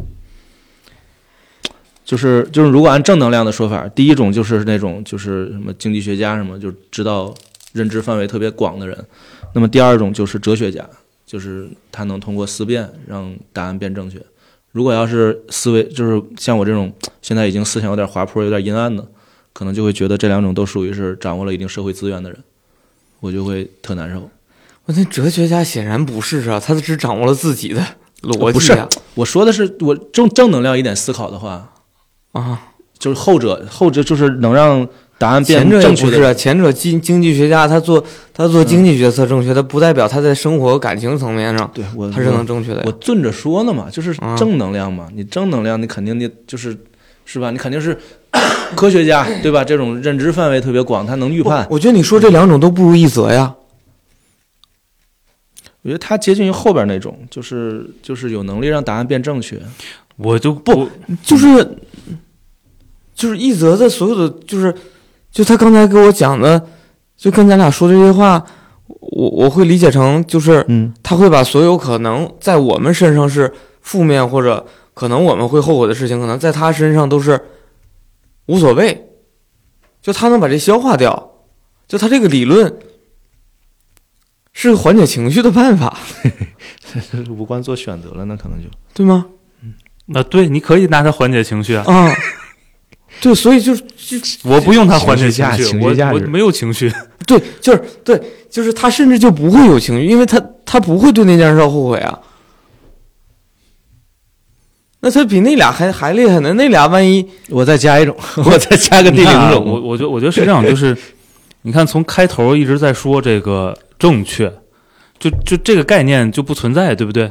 Speaker 4: 就是如果按正能量的说法，第一种就是那种就是什么经济学家什么，就知道认知范围特别广的人。那么第二种就是哲学家，就是他能通过思辨让答案变正确。如果要是思维就是像我这种现在已经思想有点滑坡有点阴暗的，可能就会觉得这2种都属于是掌握了一定社会资源的人，我就会特难受。
Speaker 2: 那哲学家显然不是啊，他只掌握了自己的逻辑啊。
Speaker 4: 不是，我说的是我正能量一点思考的话
Speaker 2: 啊，
Speaker 4: 就是后者就是能让答案变正确的。
Speaker 2: 前者也不是，前者经济学家他做经济决策正确，他不代表他在生活感情层面上他是能正确的。
Speaker 4: 我顺着说呢嘛，就是正能量嘛，你正能量你肯定是吧？你肯定是科学家对吧？这种认知范围特别广，他能预判。
Speaker 2: 我觉得你说这2种都不如一则呀。
Speaker 4: 我觉得他接近于后边那种，就是有能力让答案变正确。
Speaker 3: 我就
Speaker 2: 不就是一泽的所有的就他刚才给我讲的，就跟咱俩说这些话，我会理解成就是他会把所有可能在我们身上是负面或者可能我们会后悔的事情，可能在他身上都是无所谓，就他能把这消化掉，就他这个理论是个缓解情绪的办法。
Speaker 4: 无关做选择了，那可能就
Speaker 2: 对吗？
Speaker 3: 对，你可以拿它缓解情绪啊。
Speaker 2: 对，所以就
Speaker 3: 我不用它缓解情绪，我没有情绪。
Speaker 2: 对，就是他甚至就不会有情绪，因为他不会对那件事后悔啊。那他比那俩还厉害呢。那俩万一
Speaker 4: 我再加一种，我再加个第零种，
Speaker 3: 我觉得是这样，就是你看从开头一直在说这个正确，就这个概念就不存在，对不对？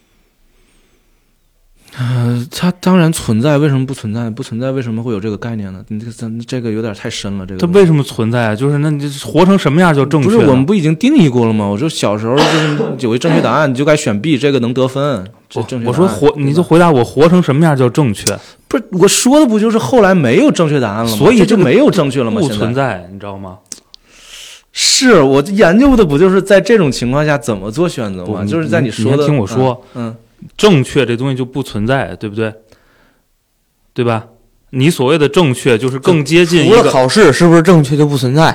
Speaker 4: 它当然存在，为什么不存在？不存在为什么会有这个概念呢？你这个有点太深了。这个
Speaker 3: 它为什么存在啊？就是那你活成什么样叫正确？
Speaker 4: 不是我们不已经定义过了吗？我说小时候就是有一正确答案，你就该选 B， 这个能得分。
Speaker 3: 我说你就回答我活成什么样叫正确？
Speaker 4: 不是我说的不就是后来没有正确答案了吗？
Speaker 3: 所以
Speaker 4: 就没有正确了吗？
Speaker 3: 不存在，你知道吗？
Speaker 4: 是我研究的不就是在这种情况下怎么做选择吗？就是在你说的，
Speaker 3: 你听我说，正确这东西就不存在，对不对？对吧？你所谓的正确就是更接近一个。
Speaker 2: 除了考试是不是正确就不存在？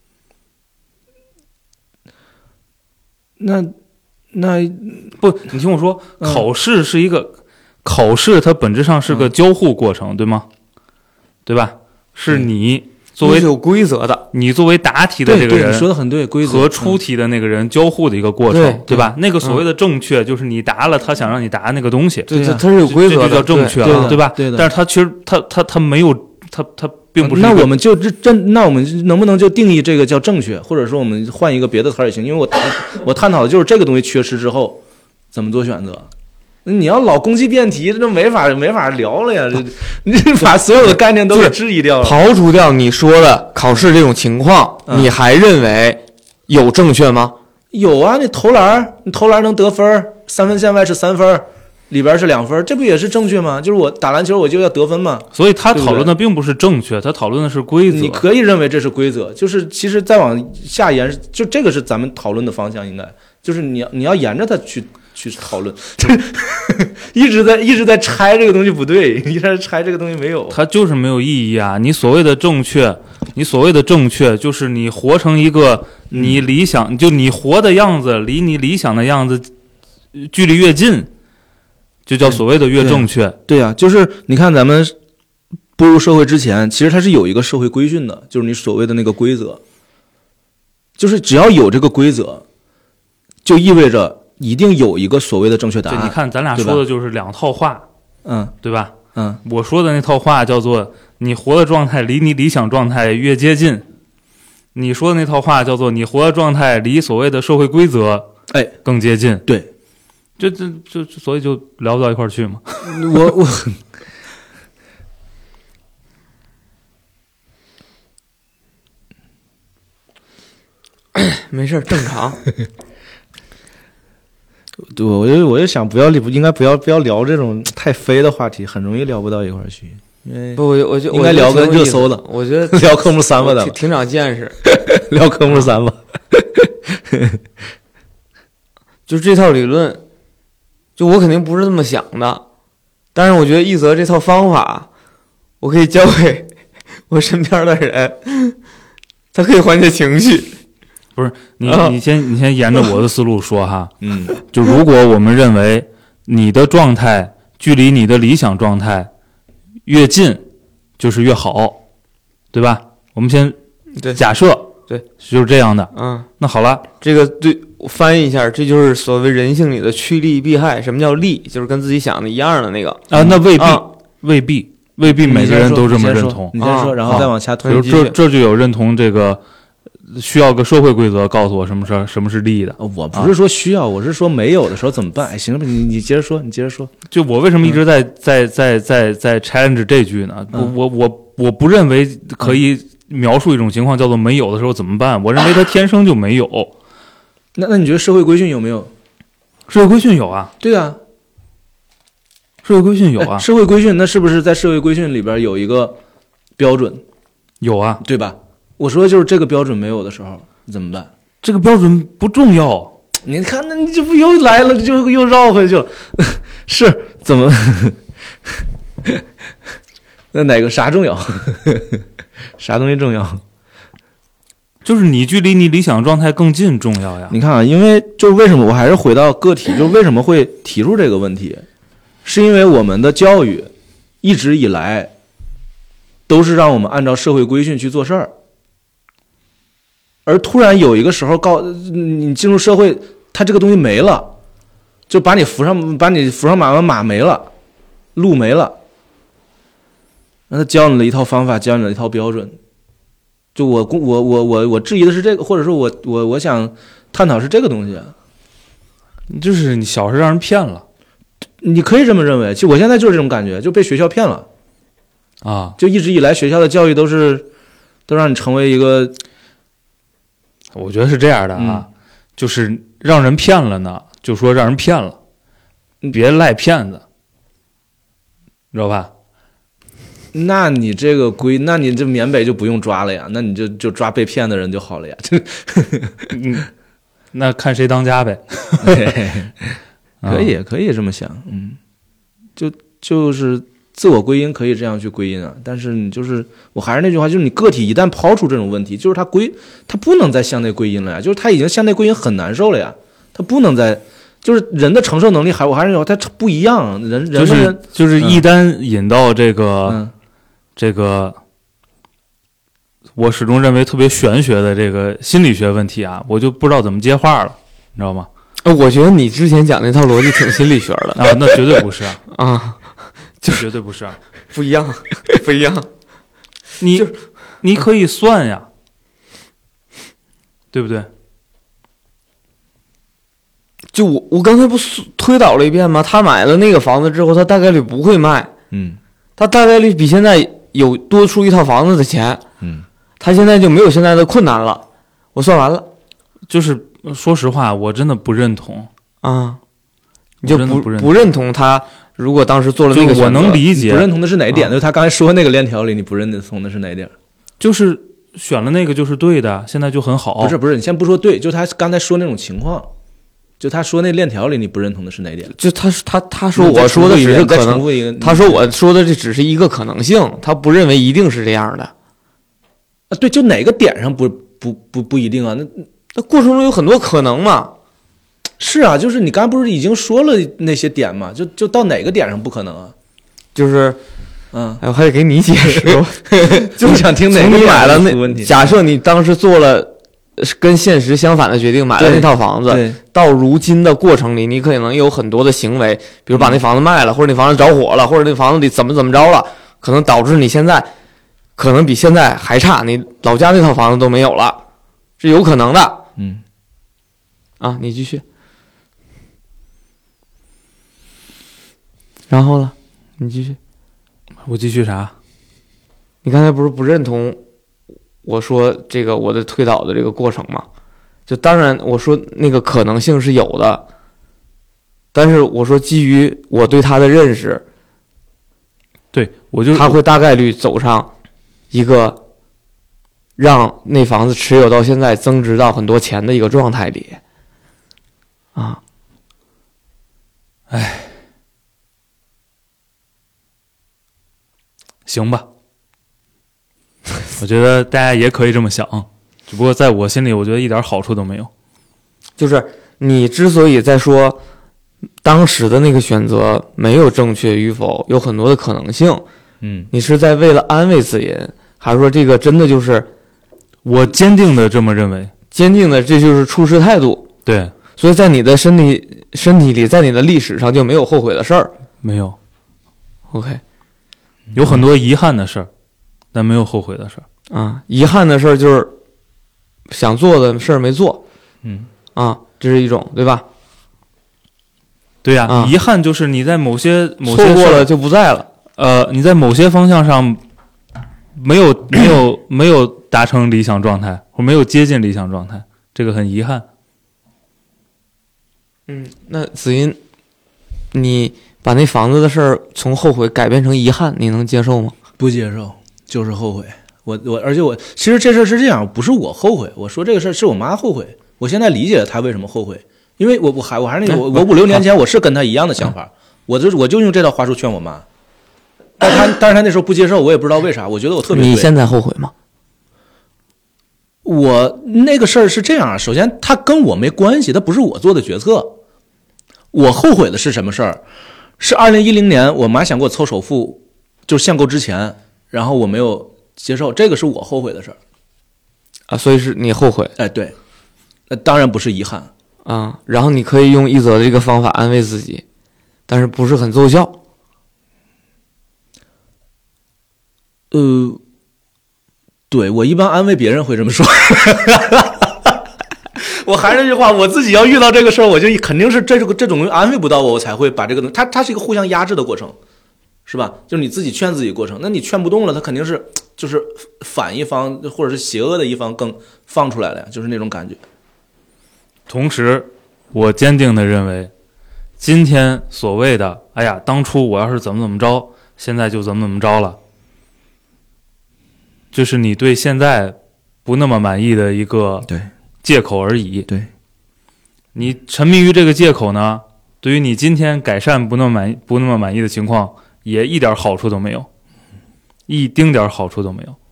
Speaker 4: 那
Speaker 3: 不，你听我说，考试是一个考试，它本质上是个交互过程，对吗？对吧？是你作为
Speaker 2: 有规则的，
Speaker 3: 你作为答题的这个人，
Speaker 4: 你说的很对，规则
Speaker 3: 和出题的那个人交互的一个过程，对吧？那个所谓的正确，就是你答了他想让你答那个东西，
Speaker 2: 对，它是有规则的，
Speaker 3: 这就叫正确了，对吧？
Speaker 4: 对的。
Speaker 3: 但是它其实它没有，它并不是。
Speaker 4: 那我们就那我们能不能就定义这个叫正确，或者说我们换一个别的词儿也行？因为我探讨的就是这个东西缺失之后怎么做选择。你要老攻击辩题，这没法聊了呀！你把所有的概念都给质疑掉了。
Speaker 2: 刨除掉你说的考试这种情况，你还认为有正确吗？
Speaker 4: 有啊，你投篮能得分，3分线外是3分，里边是2分，这不也是正确吗？就是我打篮球我就要得分嘛。
Speaker 3: 所以他讨论的并不是正确，他讨论的是规则。
Speaker 4: 你可以认为这是规则，就是其实再往下延，就这个是咱们讨论的方向，应该就是你要沿着它去讨论，一直在拆这个东西不对，一直在拆这个东西没有，
Speaker 3: 它就是没有意义啊！你所谓的正确，就是你活成一个你理想，就你活的样子离你理想的样子距离越近，就叫所谓的越正确。
Speaker 4: 对啊，就是你看咱们步入社会之前，其实它是有一个社会规训的，就是你所谓的那个规则，就是只要有这个规则，就意味着一定有一个所谓的正确答案。
Speaker 3: 你看咱俩说的就是两套话，对吧？我说的那套话叫做你活的状态离你理想状态越接近，你说的那套话叫做你活的状态离所谓的社会规则更接近。
Speaker 4: 对，
Speaker 3: 就所以就聊不到一块儿去嘛。
Speaker 4: 我
Speaker 2: 没事，正常。
Speaker 4: 对，我就想应该不要聊这种太飞的话题，很容易聊不到一块儿去。因为
Speaker 2: 不，我就
Speaker 4: 应该聊个热搜的。
Speaker 2: 我觉得
Speaker 4: 聊科目3吧，
Speaker 2: 挺长见识。
Speaker 4: 聊科目3吧。
Speaker 2: 就这套理论，就我肯定不是这么想的，但是我觉得一泽这套方法，我可以教给我身边的人，他可以缓解情绪。
Speaker 3: 不是你先沿着我的思路说哈，就如果我们认为你的状态距离你的理想状态越近，就是越好，对吧？我们先假设，
Speaker 2: 对，
Speaker 3: 就是这样的。那好了，
Speaker 2: 这个对我翻译一下，这就是所谓人性里的趋利避害。什么叫利？就是跟自己想的一样的那个
Speaker 3: 啊，那未必每个人都这么认同。
Speaker 4: 你先说，然后再往下推。
Speaker 3: 比如这就有认同这个。需要个社会规则告诉我什么是利益的。
Speaker 4: 我不是说需要，我是说没有的时候怎么办？行了，你接着说，
Speaker 3: 就我为什么一直在 challenge 这句呢？我不认为可以描述一种情况叫做没有的时候怎么办？我认为它天生就没有。
Speaker 4: 那你觉得社会规训有没有？
Speaker 3: 社会规训有啊。
Speaker 4: 对啊。
Speaker 3: 社会规训有啊，
Speaker 4: 社会规训那是不是在社会规训里边有一个标准？
Speaker 3: 有啊，
Speaker 4: 对吧？我说就是这个标准没有的时候怎么办？
Speaker 3: 这个标准不重要。
Speaker 4: 你看，那你这不又来了，就又绕回去了。是怎么？那哪个啥重要？啥东西重要？
Speaker 3: 就是你距离你理想状态更近重要呀。
Speaker 4: 你看啊，因为就是为什么我还是回到个体，就是为什么会提出这个问题，是因为我们的教育一直以来都是让我们按照社会规训去做事儿，而突然有一个时候你进入社会，它这个东西没了，就把你扶上马，马没了，路没了，让他教你了一套方法，教你了一套标准。就我质疑的是这个，或者说我想探讨是这个东西，
Speaker 3: 就是你小时候让人骗了，
Speaker 4: 你可以这么认为。其实我现在就是这种感觉，就被学校骗了
Speaker 3: 啊！
Speaker 4: 就一直以来学校的教育都让你成为一个，
Speaker 3: 我觉得是这样的啊，就是让人骗了呢，就说让人骗了，别赖骗子，知道吧？
Speaker 4: 那你这个那你这缅北就不用抓了呀，那你就抓被骗的人就好了呀。
Speaker 3: 那看谁当家呗。
Speaker 4: 可以这么想，就是自我归因可以这样去归因啊，但是你就是我还是那句话，就是你个体一旦抛出这种问题，就是他不能再向内归因了呀，就是他已经向内归因很难受了呀，他不能再。就是人的承受能力我还是有，它不一样。人
Speaker 3: 就是一旦引到这个，我始终认为特别玄学的这个心理学问题啊，我就不知道怎么接话了，你知道吗？
Speaker 2: 我觉得你之前讲那套逻辑挺心理学的
Speaker 3: 啊，那绝对不是
Speaker 2: 啊，
Speaker 3: 就绝对不是，
Speaker 2: 不一样，不一样。
Speaker 3: 你可以算呀，对不对？
Speaker 2: 就我刚才不推导了一遍吗？他买了那个房子之后，他大概率不会卖，他大概率比现在有多出一套房子的钱，他现在就没有现在的困难了。我算完了，
Speaker 3: 就是说实话，我真的不认同
Speaker 2: 啊，你就
Speaker 3: 不
Speaker 2: 认同他。如果当时做了那个选择，
Speaker 3: 我能理解，
Speaker 4: 不认同的是哪一点？就是他刚才说那个链条里，你不认同的是哪一点？
Speaker 3: 就是选了那个就是对的，现在就很好。
Speaker 4: 不是，你先不说对，就他刚才说那种情况。就他说那链条里你不认同的是哪点？
Speaker 2: 就他说我说的只是可能，他说我说的这只是一个可能性，他不认为一定是这样的。
Speaker 4: 啊，对，就哪个点上不一定啊？
Speaker 2: 那过程中有很多可能嘛。
Speaker 4: 是啊，就是你刚才不是已经说了那些点嘛？就到哪个点上不可能啊？
Speaker 2: 就是，我还得给你解释，
Speaker 4: 就想听哪个
Speaker 2: 你买了
Speaker 4: 那问题。
Speaker 2: 假设你当时做了跟现实相反的决定，买了那套房子，到如今的过程里，你可能有很多的行为，比如把那房子卖了，或者那房子着火了，或者那房子里怎么着了，可能导致你现在可能比现在还差，你老家那套房子都没有了，是有可能的。你继续。然后呢？你继续。
Speaker 3: 我继续啥？
Speaker 2: 你刚才不是不认同我说这个我的推导的这个过程嘛？就当然我说那个可能性是有的，但是我说基于我对他的认识，
Speaker 3: 对
Speaker 2: 他会大概率走上一个让那房子持有到现在增值到很多钱的一个状态里啊。
Speaker 3: 行吧。我觉得大家也可以这么想，只不过在我心里，我觉得一点好处都没有。
Speaker 2: 就是你之所以在说当时的那个选择没有正确与否，有很多的可能性，你是在为了安慰自己，还是说这个真的就是
Speaker 3: 我坚定的这么认为？
Speaker 2: 坚定的，这就是处事态度。
Speaker 3: 对，
Speaker 2: 所以在你的身体里，在你的历史上就没有后悔的事儿，
Speaker 3: 没有。
Speaker 2: OK，
Speaker 3: 有很多遗憾的事儿。但没有后悔的事儿
Speaker 2: 啊，遗憾的事儿就是想做的事儿没做，这是一种，对吧？
Speaker 3: 对呀，遗憾就是你在某些错
Speaker 2: 过了就不在了，
Speaker 3: 你在某些方向上没有达成理想状态，或没有接近理想状态，这个很遗憾。
Speaker 2: 那子音，你把那房子的事儿从后悔改变成遗憾，你能接受吗？
Speaker 4: 不接受，就是后悔。而且其实这事儿是这样，不是我后悔，我说这个事儿是我妈后悔。我现在理解她为什么后悔，因为我还是那个我5-6年前我是跟她一样的想法，我就用这套话术劝我妈，但是她那时候不接受，我也不知道为啥，我觉得我特别对。
Speaker 2: 你现在后悔吗？
Speaker 4: 我那个事儿是这样，首先它跟我没关系，它不是我做的决策。我后悔的是什么事儿？是2010年我妈想给我凑首付，就限购之前，然后我没有接受，这个是我后悔的事儿
Speaker 2: 啊，所以是你后悔？
Speaker 4: 哎，对，当然不是遗憾
Speaker 2: 啊。然后你可以用一则的这个方法安慰自己，但是不是很奏效。
Speaker 4: 对，我一般安慰别人会这么说。我还是那句话，我自己要遇到这个事儿，我就肯定是这种安慰不到我才会把这个它是一个互相压制的过程，是吧？就是你自己劝自己过程，那你劝不动了，他肯定是就是反一方或者是邪恶的一方更放出来了呀，就是那种感觉。
Speaker 3: 同时，我坚定的认为，今天所谓的“哎呀，当初我要是怎么着，现在就怎么着了”，就是你对现在不那么满意的一个借口而已。
Speaker 4: 对，
Speaker 3: 你沉迷于这个借口呢，对于你今天改善不那么满意的情况，也一点好处都没有，一丁点好处都没有。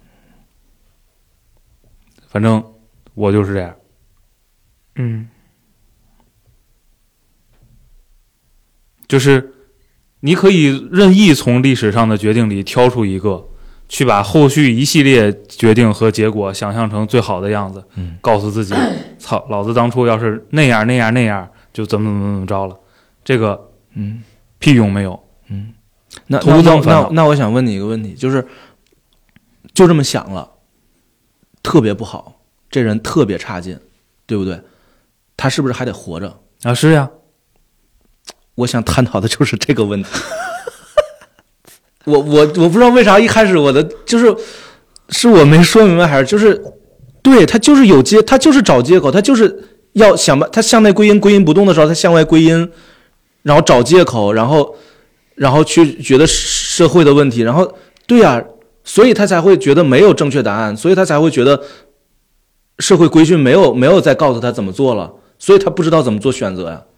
Speaker 3: 反正我就是这样。就是你可以任意从历史上的决定里挑出一个，去把后续一系列决定和结果想象成最好的样子，告诉自己，操，老子当初要是那样，就怎么着了，这个屁用没有。
Speaker 4: 那我想问你一个问题，就这么想了，特别不好，这人特别差劲，对不对？他是不是还得活着
Speaker 3: 啊？是呀。
Speaker 4: 我想探讨的就是这个问题。我不知道为啥一开始我的是我没说明白，还是对，他就是他就是找借口，他就是要想他向内归因，归因不动的时候他向外归因，然后找借口，然后去觉得社会的问题，然后对呀，所以他才会觉得没有正确答案，所以他才会觉得社会规训没有再告诉他怎么做了，所以他不知道怎么做选择呀。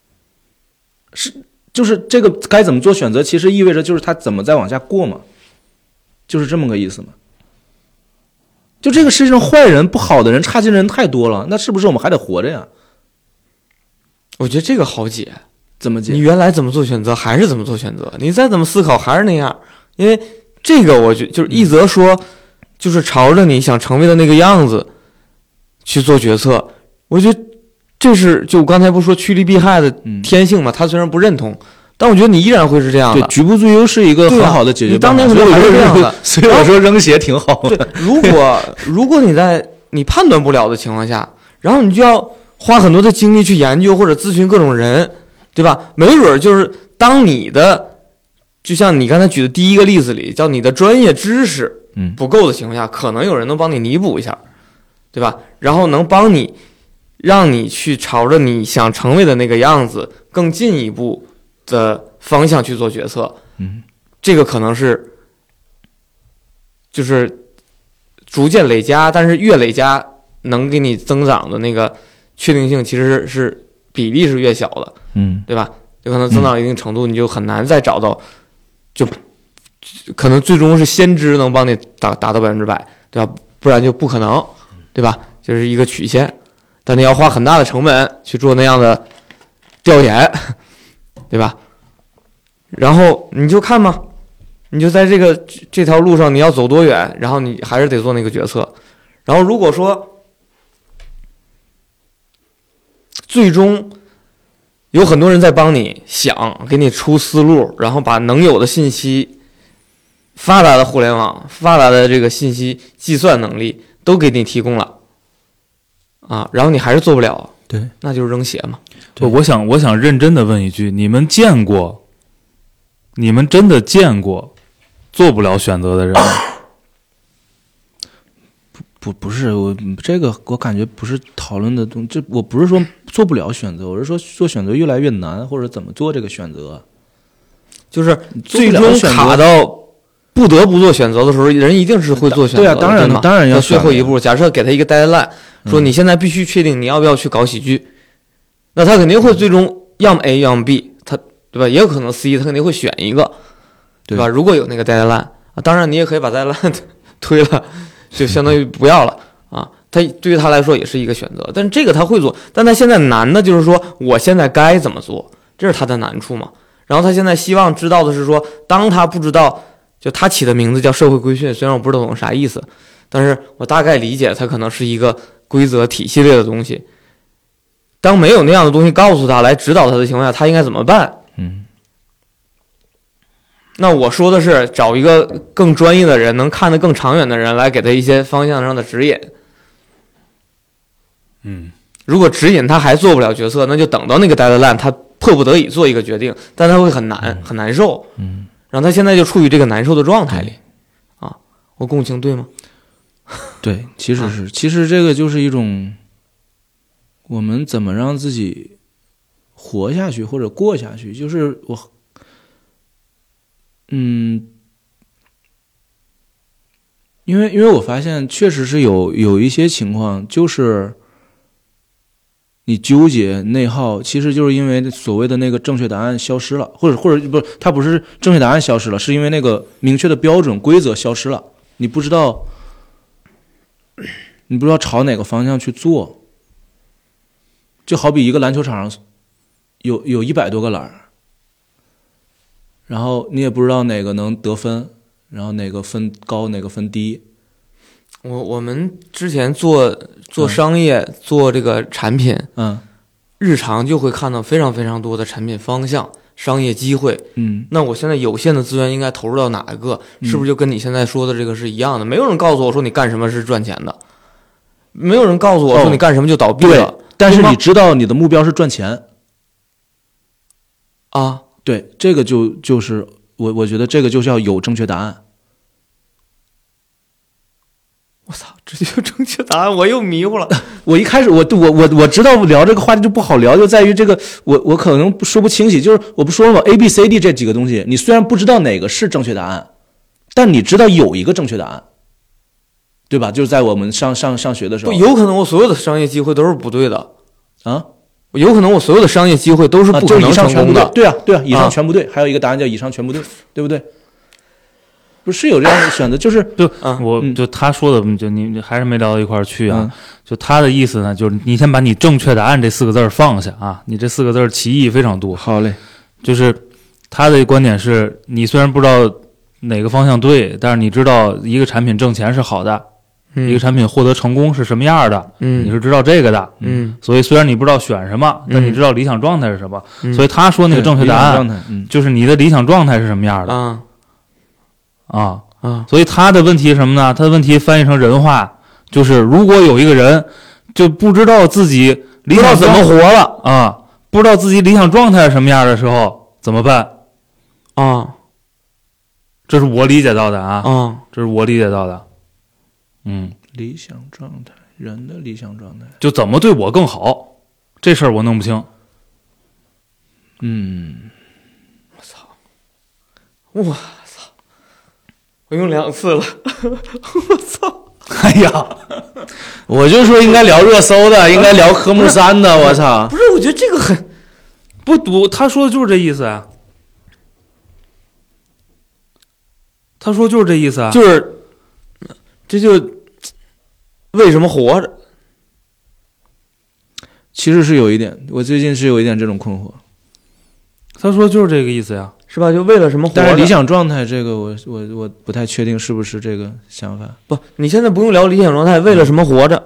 Speaker 4: 就是这个该怎么做选择，其实意味着就是他怎么再往下过嘛，就是这么个意思嘛。就这个世界上坏人、不好的人、差劲的人太多了，那是不是我们还得活着呀？
Speaker 2: 我觉得这个好解。
Speaker 4: 怎么解？
Speaker 2: 你原来怎么做选择还是怎么做选择，你再怎么思考还是那样。因为这个我觉得就是一则说，就是朝着你想成为的那个样子去做决策，我觉得这是就我刚才不说趋利避害的天性嘛，他虽然不认同，但我觉得你依然会是这样的。
Speaker 4: 对，局部最优是一个很好的解决办法。
Speaker 2: 你当年还是这样的，
Speaker 4: 所以我说扔鞋挺好的。
Speaker 2: 对，如果你在你判断不了的情况下，然后你就要花很多的精力去研究或者咨询各种人，对吧？没准就是当你的，就像你刚才举的第一个例子里，叫你的专业知识不够的情况下，可能有人能帮你弥补一下，对吧？然后能帮你。让你去朝着你想成为的那个样子更进一步的方向去做决策，这个可能是就是逐渐累加，但是越累加能给你增长的那个确定性其实是比例是越小的，对吧？有可能增长到一定程度，你就很难再找到，就可能最终是先知能帮你达到100%，对吧？不然就不可能，对吧？就是一个曲线。但你要花很大的成本去做那样的调研，对吧？然后你就看嘛，你就在这条路上你要走多远，然后你还是得做那个决策。然后如果说最终有很多人在帮你想，给你出思路，然后把能有的信息、发达的互联网、发达的这个信息计算能力都给你提供了。啊，然后你还是做不了，
Speaker 4: 对，
Speaker 2: 那就是扔鞋嘛。
Speaker 3: 我想认真的问一句，你们真的见过做不了选择的人吗？
Speaker 4: 不是，我感觉不是讨论的东西，我不是说做不了选择，我是说做选择越来越难，或者怎么做这个选择。
Speaker 2: 就是最终卡到不得不做选择的时候，人一定是会做选择的。
Speaker 4: 对啊，当然要
Speaker 2: 最后一步。假设给他一个 deadline，说你现在必须确定你要不要去搞喜剧，那他肯定会最终要么 A 要么 B， 他对吧？也有可能 C， 他肯定会选一个，对吧？如果有那个 deadline，当然你也可以把 deadline 推了，就相当于不要了啊。他对于他来说也是一个选择，但是这个他会做，但他现在难的就是说我现在该怎么做，这是他的难处嘛。然后他现在希望知道的是说，当他不知道，就他起的名字叫社会规训，虽然我不知道懂啥意思，但是我大概理解它可能是一个规则体系类的东西。当没有那样的东西告诉他来指导他的情况下，他应该怎么办？那我说的是找一个更专业的人，能看得更长远的人来给他一些方向上的指引。如果指引他还做不了决策，那就等到那个 deadline， 他迫不得已做一个决定，但他会很难受。然后他现在就处于这个难受的状态里。啊，我共情对吗？
Speaker 4: 对，其实这个就是一种我们怎么让自己活下去或者过下去，就是因为我发现确实是有一些情况，就是你纠结内耗，其实就是因为所谓的那个正确答案消失了，或者不是，它不是正确答案消失了，是因为那个明确的标准规则消失了，你不知道朝哪个方向去做。就好比一个篮球场上有100多个篮，然后你也不知道哪个能得分，然后哪个分高哪个分低。
Speaker 2: 我们之前做商业，做这个产品，日常就会看到非常非常多的产品方向、商业机会。那我现在有限的资源应该投入到哪一个？是不是就跟你现在说的这个是一样的？没有人告诉我说你干什么是赚钱的，没有人告诉我说你干什么就倒闭了。
Speaker 4: 但是你知道你的目标是赚钱
Speaker 2: 啊？
Speaker 4: 对，这个就是我觉得这个就是要有正确答案。
Speaker 2: 我操，这就正确答案，我又迷糊了。
Speaker 4: 我一开始我知道聊这个话题就不好聊，就在于这个我可能说不清晰，就是我不说了吗 ？A、B、C、D 这几个东西，你虽然不知道哪个是正确答案，但你知道有一个正确答案，对吧？就是在我们上学的时候，
Speaker 2: 有可能我所有的商业机会都是不对的
Speaker 4: 啊，
Speaker 2: 有可能我所有的商业机会都是不可能成功的。
Speaker 4: 对啊，以上全不对，还有一个答案叫以上全不对，对不对？不是有这样的选择，就是
Speaker 3: 就他说的，就你还是没聊到一块儿去啊。就他的意思呢，就是你先把你正确答案这4个字放下啊，你这4个字歧义非常多。
Speaker 4: 好嘞，
Speaker 3: 就是他的观点是，你虽然不知道哪个方向对，但是你知道一个产品挣钱是好的，一个产品获得成功是什么样的，你是知道这个的，所以虽然你不知道选什么，但你知道理想状态是什么。所以他说那个正确答案，就是你的理想状态是什么样的。所以他的问题是什么呢？他的问题翻译成人话，就是如果有一个人就不知道自己理想怎么活了啊，不知道自己理想状态是什么样的时候怎么办啊？这是我理解到的啊，这是我理解到的。
Speaker 4: 理想状态，人的理想状态，
Speaker 3: 就怎么对我更好，这事儿我弄不清。
Speaker 2: 我操！我用2次了，我操！
Speaker 4: 哎呀，我就说应该聊热搜的，应该聊科目3的，我操！
Speaker 2: 不是，我觉得这个很
Speaker 3: 不读，他说的就是这意思啊。他说就是这意思啊，
Speaker 2: 就是这就为什么活着？
Speaker 4: 其实是有一点，我最近是有一点这种困惑。
Speaker 3: 他说就是这个意思呀。
Speaker 2: 是吧？就为了什么活着？
Speaker 4: 但是理想状态这个我不太确定是不是这个想法。
Speaker 2: 不，你现在不用聊理想状态，为了什么活着？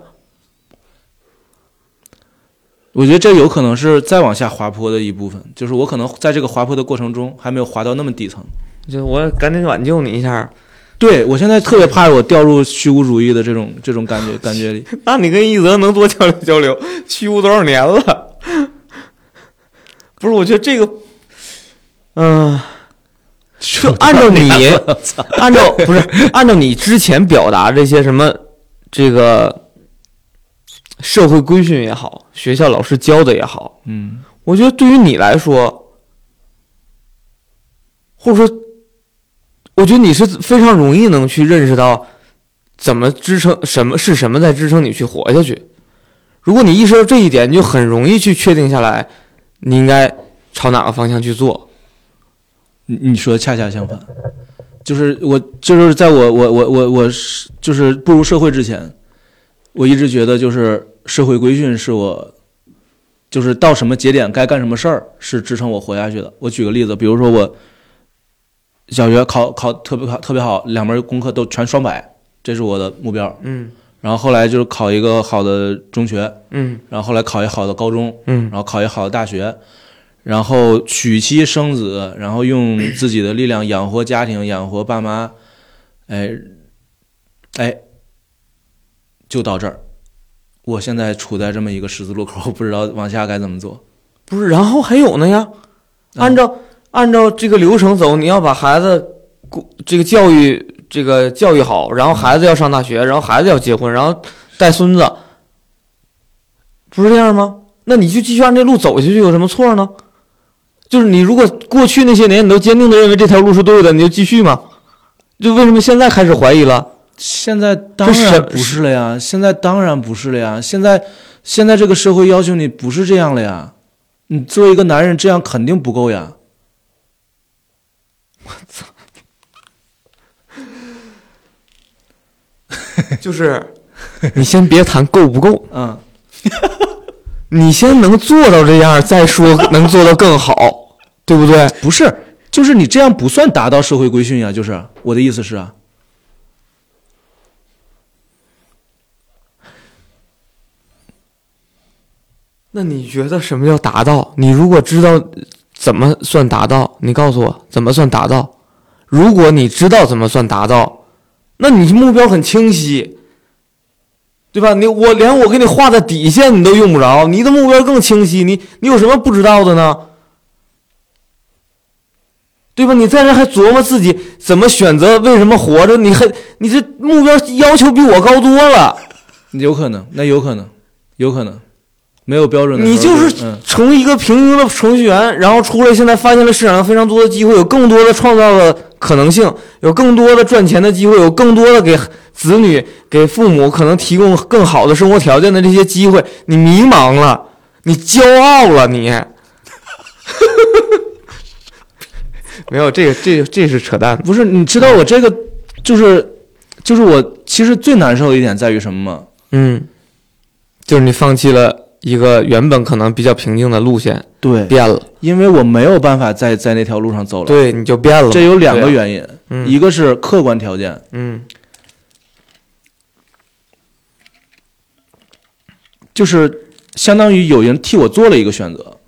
Speaker 4: 我觉得这有可能是再往下滑坡的一部分，就是我可能在这个滑坡的过程中还没有滑到那么底层。
Speaker 2: 就我赶紧挽救你一下。
Speaker 4: 对，我现在特别怕我掉入虚无主义的这种感觉里。
Speaker 2: 那你跟一泽能多交流交流？虚无多少年了？不是，我觉得这个。就按照你之前表达这些什么这个社会规训也好，学校老师教的也好，我觉得对于你来说， 或者说，我觉得你是非常容易能去认识到怎么支撑什么在支撑你去活下去。如果你意识到这一点，你就很容易去确定下来你应该朝哪个方向去做。
Speaker 4: 你说的恰恰相反，就是在我就是步入社会之前，我一直觉得就是社会规训是我就是到什么节点该干什么事儿是支撑我活下去的。我举个例子，比如说我小学考特别好，2门功课都全双百，这是我的目标。然后后来就是考一个好的中学，然后后来考一好的高中，然后考一好的大学，然后娶妻生子，然后用自己的力量养活家庭，养活爸妈，就到这儿。我现在处在这么一个十字路口，不知道往下该怎么做。
Speaker 2: 不是，然后还有呢呀，按照这个流程走，你要把孩子这个教育好，然后孩子要上大学，然后孩子要结婚，然后带孙子，不是这样吗？那你就继续按这路走下去，有什么错呢？就是你如果过去那些年你都坚定的认为这条路是对的，你就继续嘛。就为什么现在开始怀疑了？
Speaker 4: 现在当然不是了呀！现在当然不是了呀！现在这个社会要求你不是这样了呀！你作为一个男人，这样肯定不够呀！
Speaker 2: 我操！就是你先别谈够不够，你先能做到这样，再说能做到更好，对不对？
Speaker 4: 不是，就是你这样不算达到社会规训呀！就是我的意思是啊。
Speaker 2: 那你觉得什么叫达到？你如果知道怎么算达到，你告诉我怎么算达到。如果你知道怎么算达到，那你目标很清晰，对吧？连我给你画的底线你都用不着，你的目标更清晰，你有什么不知道的呢？对吧？你在这还琢磨自己怎么选择，为什么活着？你这目标要求比我高多了。
Speaker 4: 有可能，那有可能。没有标准的，
Speaker 2: 你就是从一个平庸的程序员，然后出来，现在发现了市场上非常多的机会，有更多的创造的可能性，有更多的赚钱的机会，有更多的给子女、给父母可能提供更好的生活条件的这些机会，你迷茫了，你骄傲了，你没有这是扯淡。
Speaker 4: 不是，你知道我这个就是我其实最难受的一点在于什么吗？
Speaker 2: 就是你放弃了一个原本可能比较平静的路线，
Speaker 4: 对，
Speaker 2: 变了，
Speaker 4: 因为我没有办法在那条路上走了，
Speaker 2: 对，你就变了。
Speaker 4: 这有2个原因，一个是客观条件，就是相当于有人替我做了一个选择，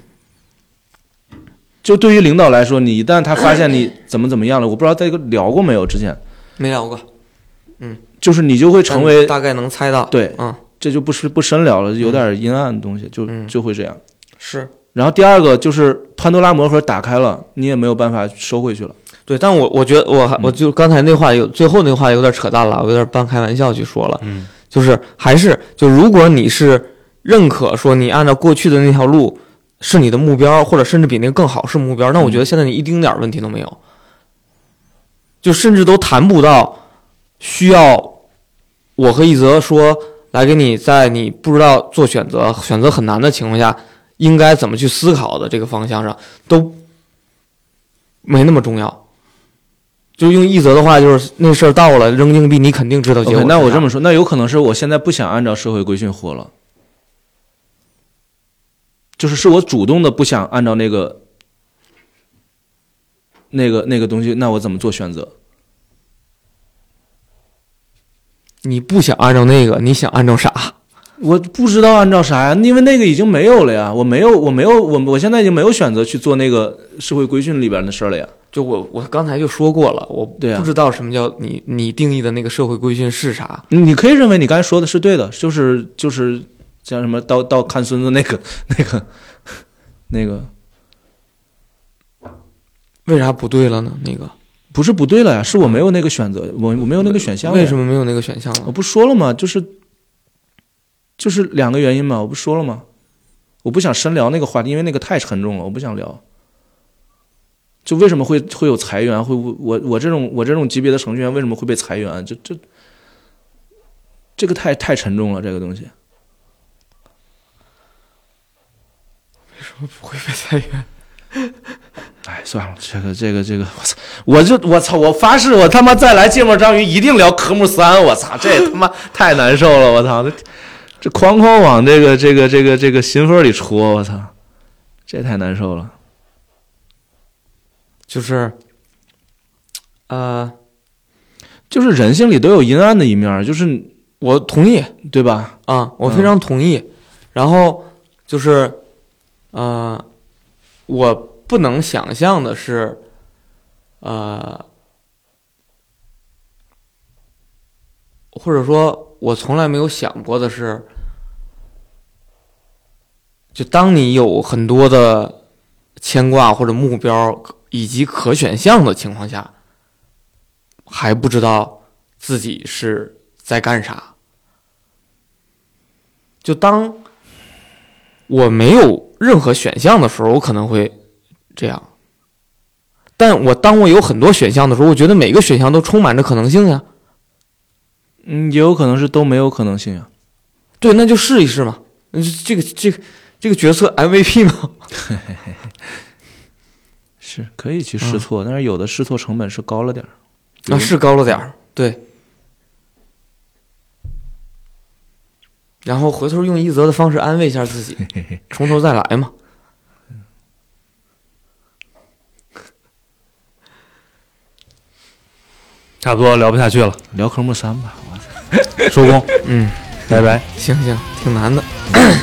Speaker 4: 就对于领导来说，你一旦他发现你怎么样了，我不知道这个聊过没有，之前
Speaker 2: 没聊过，
Speaker 4: 就是你就会成为
Speaker 2: 大概能猜到，
Speaker 4: 对，这就不深聊了，有点阴暗的东西，就会这样。
Speaker 2: 是。
Speaker 4: 然后第二个就是潘多拉魔盒打开了，你也没有办法收回去了。
Speaker 2: 对，但我觉得我就刚才那话最后那话有点扯淡了，我有点半开玩笑去说了。就是还是如果你是认可说你按照过去的那条路是你的目标，或者甚至比那个更好是目标，那我觉得现在你一丁点问题都没有，就甚至都谈不到需要我和一泽说。来给你在你不知道做选择很难的情况下，应该怎么去思考的这个方向上都没那么重要。就用一泽的话，就是那事儿到了，扔硬币你肯定知道结果。
Speaker 4: 那我这么说，那有可能是我现在不想按照社会规训活了，是我主动的不想按照那个东西，那我怎么做选择？
Speaker 2: 你不想按照那个，你想按照啥？
Speaker 4: 我不知道按照啥呀，因为那个已经没有了呀。我现在已经没有选择去做那个社会规训里边的事了呀。
Speaker 2: 就我刚才就说过了，我不知道什么叫你定义的那个社会规训是啥。
Speaker 4: 你可以认为你刚才说的是对的，就是像什么到看孙子那个，
Speaker 2: 为啥不对了呢？那个。
Speaker 4: 不是不对了呀，是我没有那个选择，我没有那个选项。
Speaker 2: 为什么没有那个选项呢？
Speaker 4: 我不说了吗？就是2个原因嘛，我不说了吗？我不想深聊那个话题，因为那个太沉重了，我不想聊。 就为什么会有裁员？我这种级别的程序员为什么会被裁员？这个太沉重了，这个东西。
Speaker 2: 为什么不会被裁员？
Speaker 4: 哎，算了，这个，我操！我发誓，我他妈再来芥末章鱼一定聊科目3，我操，这他妈太难受了，我操！这哐哐往这个心缝里戳，我操，这太难受了。
Speaker 2: 就是，
Speaker 4: 就是人性里都有阴暗的一面，就是
Speaker 2: 我同意，
Speaker 4: 对吧？
Speaker 2: 啊，我非常同意。然后就是，我不能想象的是，或者说我从来没有想过的是，就当你有很多的牵挂或者目标以及可选项的情况下，还不知道自己是在干啥。就当我没有任何选项的时候，我可能会这样。但当我有很多选项的时候，我觉得每个选项都充满着可能性呀。
Speaker 4: 也有可能是都没有可能性呀。
Speaker 2: 对，那就试一试嘛。这个角色 MVP 嘛。
Speaker 4: 是可以去试错，但是有的试错成本是高了点
Speaker 2: 儿。是高了点儿，对。然后回头用一泽的方式安慰一下自己，从头再来嘛。
Speaker 3: 差不多聊不下去了，
Speaker 4: 聊科目3吧，
Speaker 3: 收工。
Speaker 2: 拜拜。行，挺难的。